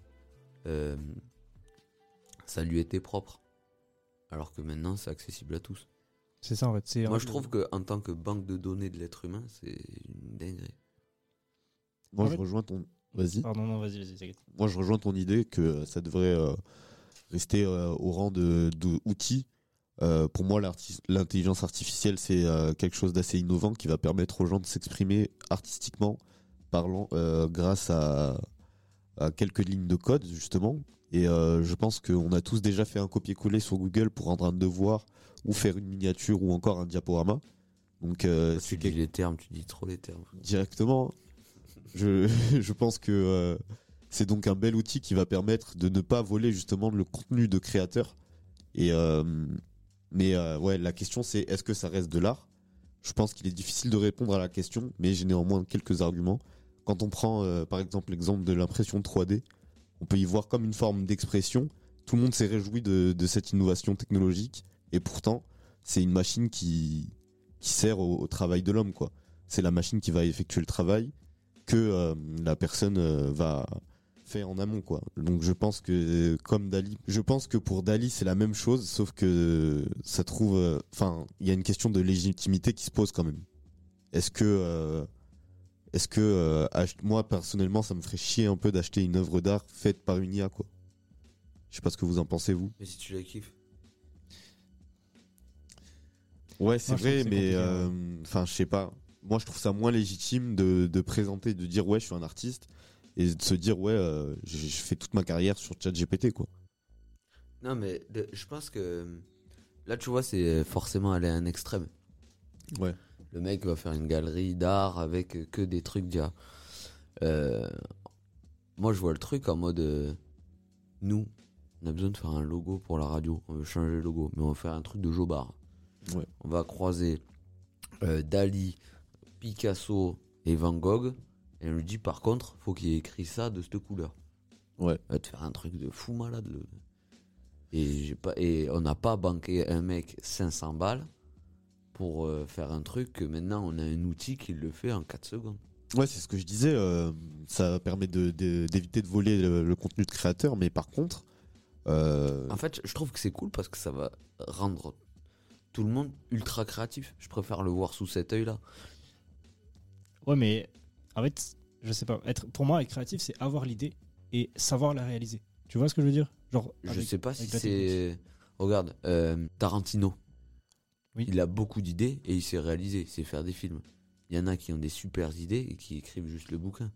ça lui était propre. Alors que maintenant, c'est accessible à tous. C'est ça, en fait. Moi, je trouve qu'en tant que banque de données de l'être humain, c'est une dinguerie. Moi, je rejoins ton... Vas-y. Pardon, non, vas-y, t'inquiète. Moi, je rejoins ton idée que ça devrait rester au rang d'outils. Pour moi, l'intelligence artificielle, c'est quelque chose d'assez innovant qui va permettre aux gens de s'exprimer artistiquement, parlant, grâce à quelques lignes de code, justement. Et je pense qu'on a tous déjà fait un copier-coller sur Google pour rendre un devoir ou faire une miniature ou encore un diaporama. Donc, tu dis les termes, tu dis trop les termes. Directement, je pense que c'est donc un bel outil qui va permettre de ne pas voler justement le contenu de créateurs. Et ouais, la question c'est est-ce que ça reste de l'art ? Je pense qu'il est difficile de répondre à la question, mais j'ai néanmoins quelques arguments. Quand on prend par exemple l'exemple de l'impression 3D, on peut y voir comme une forme d'expression. Tout le monde s'est réjoui de cette innovation technologique, et pourtant c'est une machine qui sert au travail de l'homme, quoi. C'est la machine qui va effectuer le travail que la personne va faire en amont, quoi. Donc je pense que comme Dali, je pense que pour Dali c'est la même chose, sauf que ça trouve, enfin, il y a une question de légitimité qui se pose quand même. Est-ce que moi personnellement ça me ferait chier un peu d'acheter une œuvre d'art faite par une IA, quoi. Je sais pas ce que vous en pensez, vous. Mais si tu la kiffes. Ouais, c'est vrai, mais enfin, je sais pas. Moi, je trouve ça moins légitime de présenter, de dire ouais, je suis un artiste, et de se dire ouais, je fais toute ma carrière sur ChatGPT, quoi. Non, mais je pense que là, tu vois, c'est forcément aller à un extrême. Ouais. Le mec va faire une galerie d'art avec que des trucs d'IA. Moi, je vois le truc en mode nous, on a besoin de faire un logo pour la radio. On veut changer le logo, mais on va faire un truc de Jobard. Ouais. On va croiser Dali, Picasso et Van Gogh, et on lui dit par contre, faut qu'il ait écrit ça de cette couleur. Ouais. Va te faire un truc de fou malade. Et on n'a pas banqué un mec 500 balles pour faire un truc que maintenant on a un outil qui le fait en 4 secondes. Ouais, c'est ce que je disais. Ça permet d'éviter de voler le contenu de créateur, mais par contre, en fait, je trouve que c'est cool parce que ça va rendre tout le monde ultra créatif. Je préfère le voir sous cet œil-là. Ouais, mais en fait, je sais pas. Pour moi, être créatif, c'est avoir l'idée et savoir la réaliser. Tu vois ce que je veux dire ? Genre, je sais pas si c'est. Regarde, Tarantino. Oui. Il a beaucoup d'idées et il sait réaliser, il sait faire des films. Il y en a qui ont des super idées et qui écrivent juste le bouquin.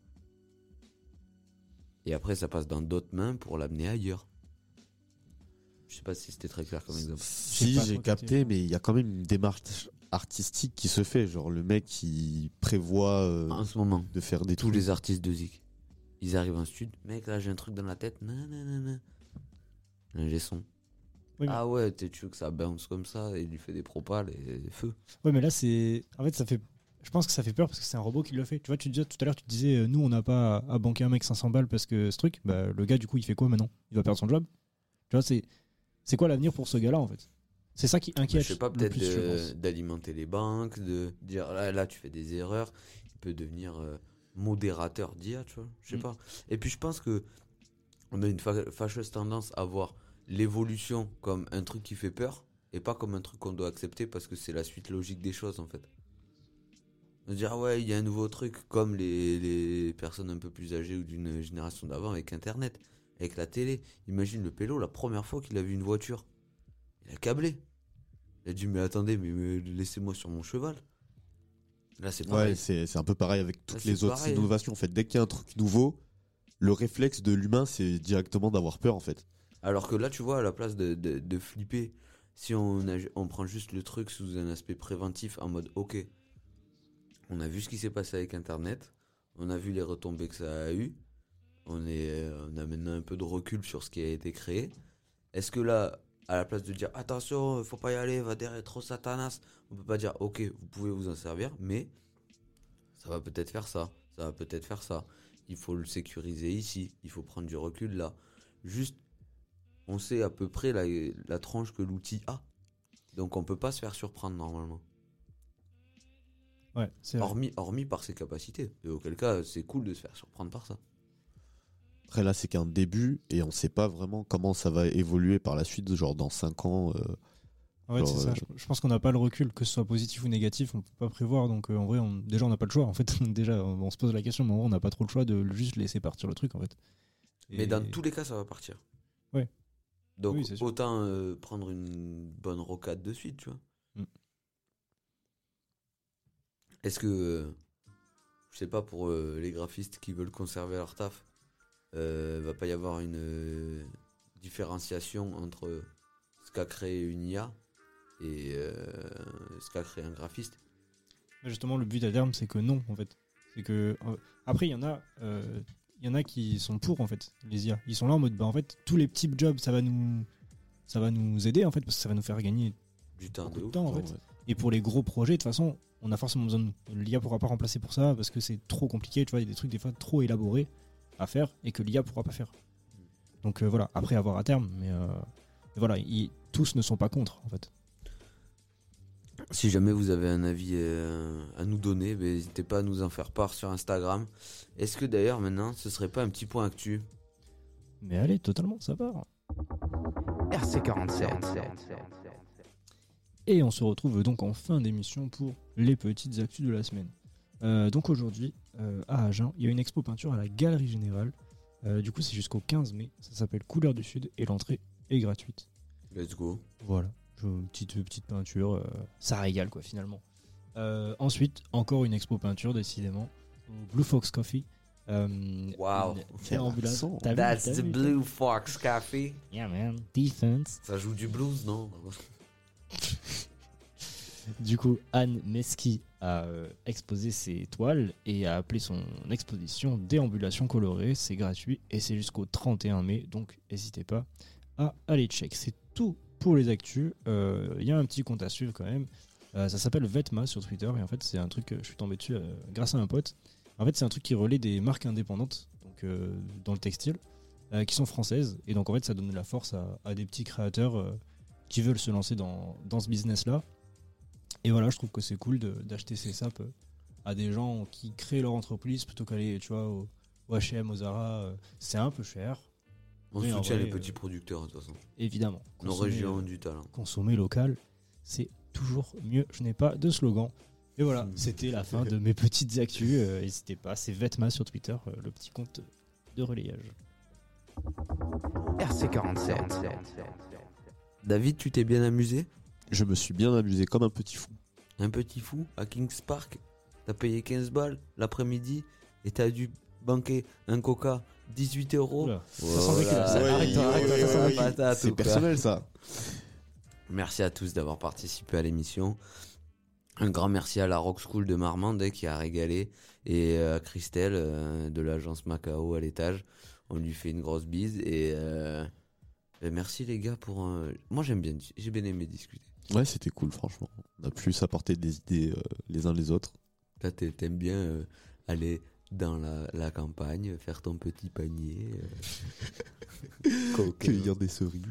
Et après, ça passe dans d'autres mains pour l'amener ailleurs. Je sais pas si c'était très clair comme exemple. Si, j'ai capté, mais il y a quand même une démarche artistique qui se fait. Genre, le mec qui prévoit en ce moment, de faire des tous trucs. les artistes de Zik, ils arrivent en studio. Mec, là, j'ai un truc dans la tête. Nanana. J'ai son. Oui, mais... Ah ouais, tu veux que ça bounce comme ça et il lui fait des propales et des feux. Ouais, mais là, c'est. En fait, ça fait. Je pense que ça fait peur parce que c'est un robot qui le fait. Tu vois, tout à l'heure, tu te disais, nous, on n'a pas à banquer un mec 500 balles parce que ce truc, bah, le gars, du coup, il fait quoi maintenant ? Il va perdre son job ? Tu vois, c'est quoi l'avenir pour ce gars-là, en fait ? C'est ça qui inquiète. Je sais pas, peut-être d'alimenter les banques, de dire là, tu fais des erreurs. Il peut devenir modérateur d'IA, tu vois. Je sais pas. Et puis, je pense que on a une fâcheuse tendance à voir l'évolution comme un truc qui fait peur et pas comme un truc qu'on doit accepter parce que c'est la suite logique des choses, en fait. De dire ouais, il y a un nouveau truc comme les personnes un peu plus âgées ou d'une génération d'avant avec Internet, avec la télé. Imagine le pélo, la première fois qu'il a vu une voiture, il a câblé. Il a dit mais attendez, mais laissez-moi sur mon cheval. Là c'est pareil. Ouais, c'est un peu pareil avec toutes les autres innovations. En fait, dès qu'il y a un truc nouveau, le réflexe de l'humain c'est directement d'avoir peur, en fait. Alors que là tu vois, à la place de flipper, si on prend juste le truc sous un aspect préventif en mode ok, on a vu ce qui s'est passé avec Internet, on a vu les retombées que ça a eu, on a maintenant un peu de recul sur ce qui a été créé. Est-ce que là, à la place de dire attention, faut pas y aller, va derrière trop satanas, on peut pas dire ok, vous pouvez vous en servir, mais ça va peut-être faire ça, ça va peut-être faire ça. Il faut le sécuriser ici, il faut prendre du recul là. Juste, on sait à peu près la tranche que l'outil a. Donc on peut pas se faire surprendre normalement. Ouais, c'est vrai. Hormis par ses capacités. Et auquel cas, c'est cool de se faire surprendre par ça. Après là, c'est qu'un début et on sait pas vraiment comment ça va évoluer par la suite, genre dans 5 ans. En fait, c'est ça. Je pense qu'on n'a pas le recul, que ce soit positif ou négatif, on peut pas prévoir. Donc en vrai, déjà, on n'a pas le choix. En fait, déjà, on se pose la question, mais en vrai, on n'a pas trop le choix de juste laisser partir le truc, en fait. Mais dans tous les cas, ça va partir. Ouais. Donc Oui, c'est sûr. autant prendre une bonne rocade de suite, tu vois. Est-ce que, je sais pas, pour les graphistes qui veulent conserver leur taf, va pas y avoir une différenciation entre ce qu'a créé une IA et ce qu'a créé un graphiste? Mais justement, le but à terme, c'est que non, en fait. C'est que après, il y en a qui sont pour, en fait, les IA. Ils sont là en mode, en fait, tous les petits jobs, ça va nous aider, en fait, parce que ça va nous faire gagner du temps, beaucoup de temps, en fait. Et pour les gros projets, de toute façon, on a forcément besoin de nous. L'IA pourra pas remplacer pour ça, parce que c'est trop compliqué, tu vois, il y a des trucs des fois trop élaborés à faire et que l'IA pourra pas faire. Donc voilà, après avoir à terme, mais voilà, tous ne sont pas contre, en fait. Si jamais vous avez un avis à nous donner, n'hésitez pas à nous en faire part sur Instagram. Est-ce que d'ailleurs maintenant ce serait pas un petit point actu? Mais allez, totalement, ça part. RC47. Et on se retrouve donc en fin d'émission pour les petites actus de la semaine. Donc aujourd'hui, à Agen, il y a une expo peinture à la Galerie Générale. Du coup, c'est jusqu'au 15 mai. Ça s'appelle Couleurs du Sud et l'entrée est gratuite. Let's go. Voilà. Petite peinture, ça régale quoi finalement. Ensuite, encore une expo peinture décidément au Blue Fox Coffee. Wow. That's the Blue Fox Coffee. Yeah man, defense. Ça joue du blues, non? Du coup, Anne Meski a exposé ses toiles et a appelé son exposition Déambulation colorée. C'est gratuit et c'est jusqu'au 31 mai, donc n'hésitez pas à aller check. C'est tout pour les actus. Il y a un petit compte à suivre quand même. Ça s'appelle Vetma sur Twitter et en fait c'est un truc, je suis tombé dessus grâce à un pote. En fait c'est un truc qui relaie des marques indépendantes donc, dans le textile qui sont françaises et donc en fait ça donne de la force à des petits créateurs qui veulent se lancer dans ce business là. Et voilà, je trouve que c'est cool d'acheter ces sapes à des gens qui créent leur entreprise plutôt qu'aller, tu vois, au H&M, au Zara. C'est un peu cher. On soutient les petits producteurs, de toute façon. Évidemment. Nos régions ont du talent. Consommer local, c'est toujours mieux. Je n'ai pas de slogan. Et voilà, c'était la fin de mes petites actus. N'hésitez pas, c'est Vetma sur Twitter, le petit compte de relayage. RC47. David, tu t'es bien amusé? Je me suis bien amusé comme un petit fou. Un petit fou à Kings Park? T'as payé 15 balles l'après-midi et t'as dû banquer un coca 18 €. Arrête-toi, c'est personnel ça. Merci à tous d'avoir participé à l'émission. Un grand merci à la Rock School de Marmande qui a régalé et à Christelle de l'agence Macao à l'étage. On lui fait une grosse bise et merci les gars pour... Moi j'ai bien aimé discuter. Ouais, c'était cool franchement. On a pu s'apporter des idées les uns les autres. Là t'aimes bien aller dans la campagne, faire ton petit panier, cueillir des cerises.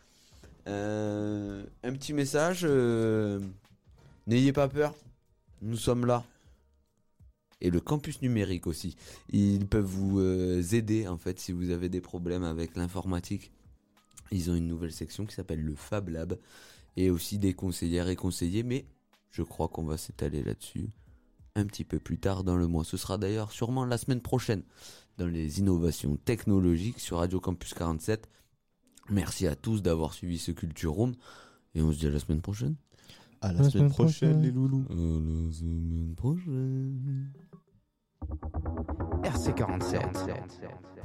Un petit message, n'ayez pas peur, nous sommes là. Et le campus numérique aussi. Ils peuvent vous aider en fait si vous avez des problèmes avec l'informatique. Ils ont une nouvelle section qui s'appelle le Fab Lab. Et aussi des conseillères et conseillers. Mais je crois qu'on va s'étaler là-dessus un petit peu plus tard dans le mois. Ce sera d'ailleurs sûrement la semaine prochaine dans les innovations technologiques sur Radio Campus 47. Merci à tous d'avoir suivi ce Culture Room. Et on se dit à la semaine prochaine. À la semaine prochaine les loulous. À la semaine prochaine. RC47.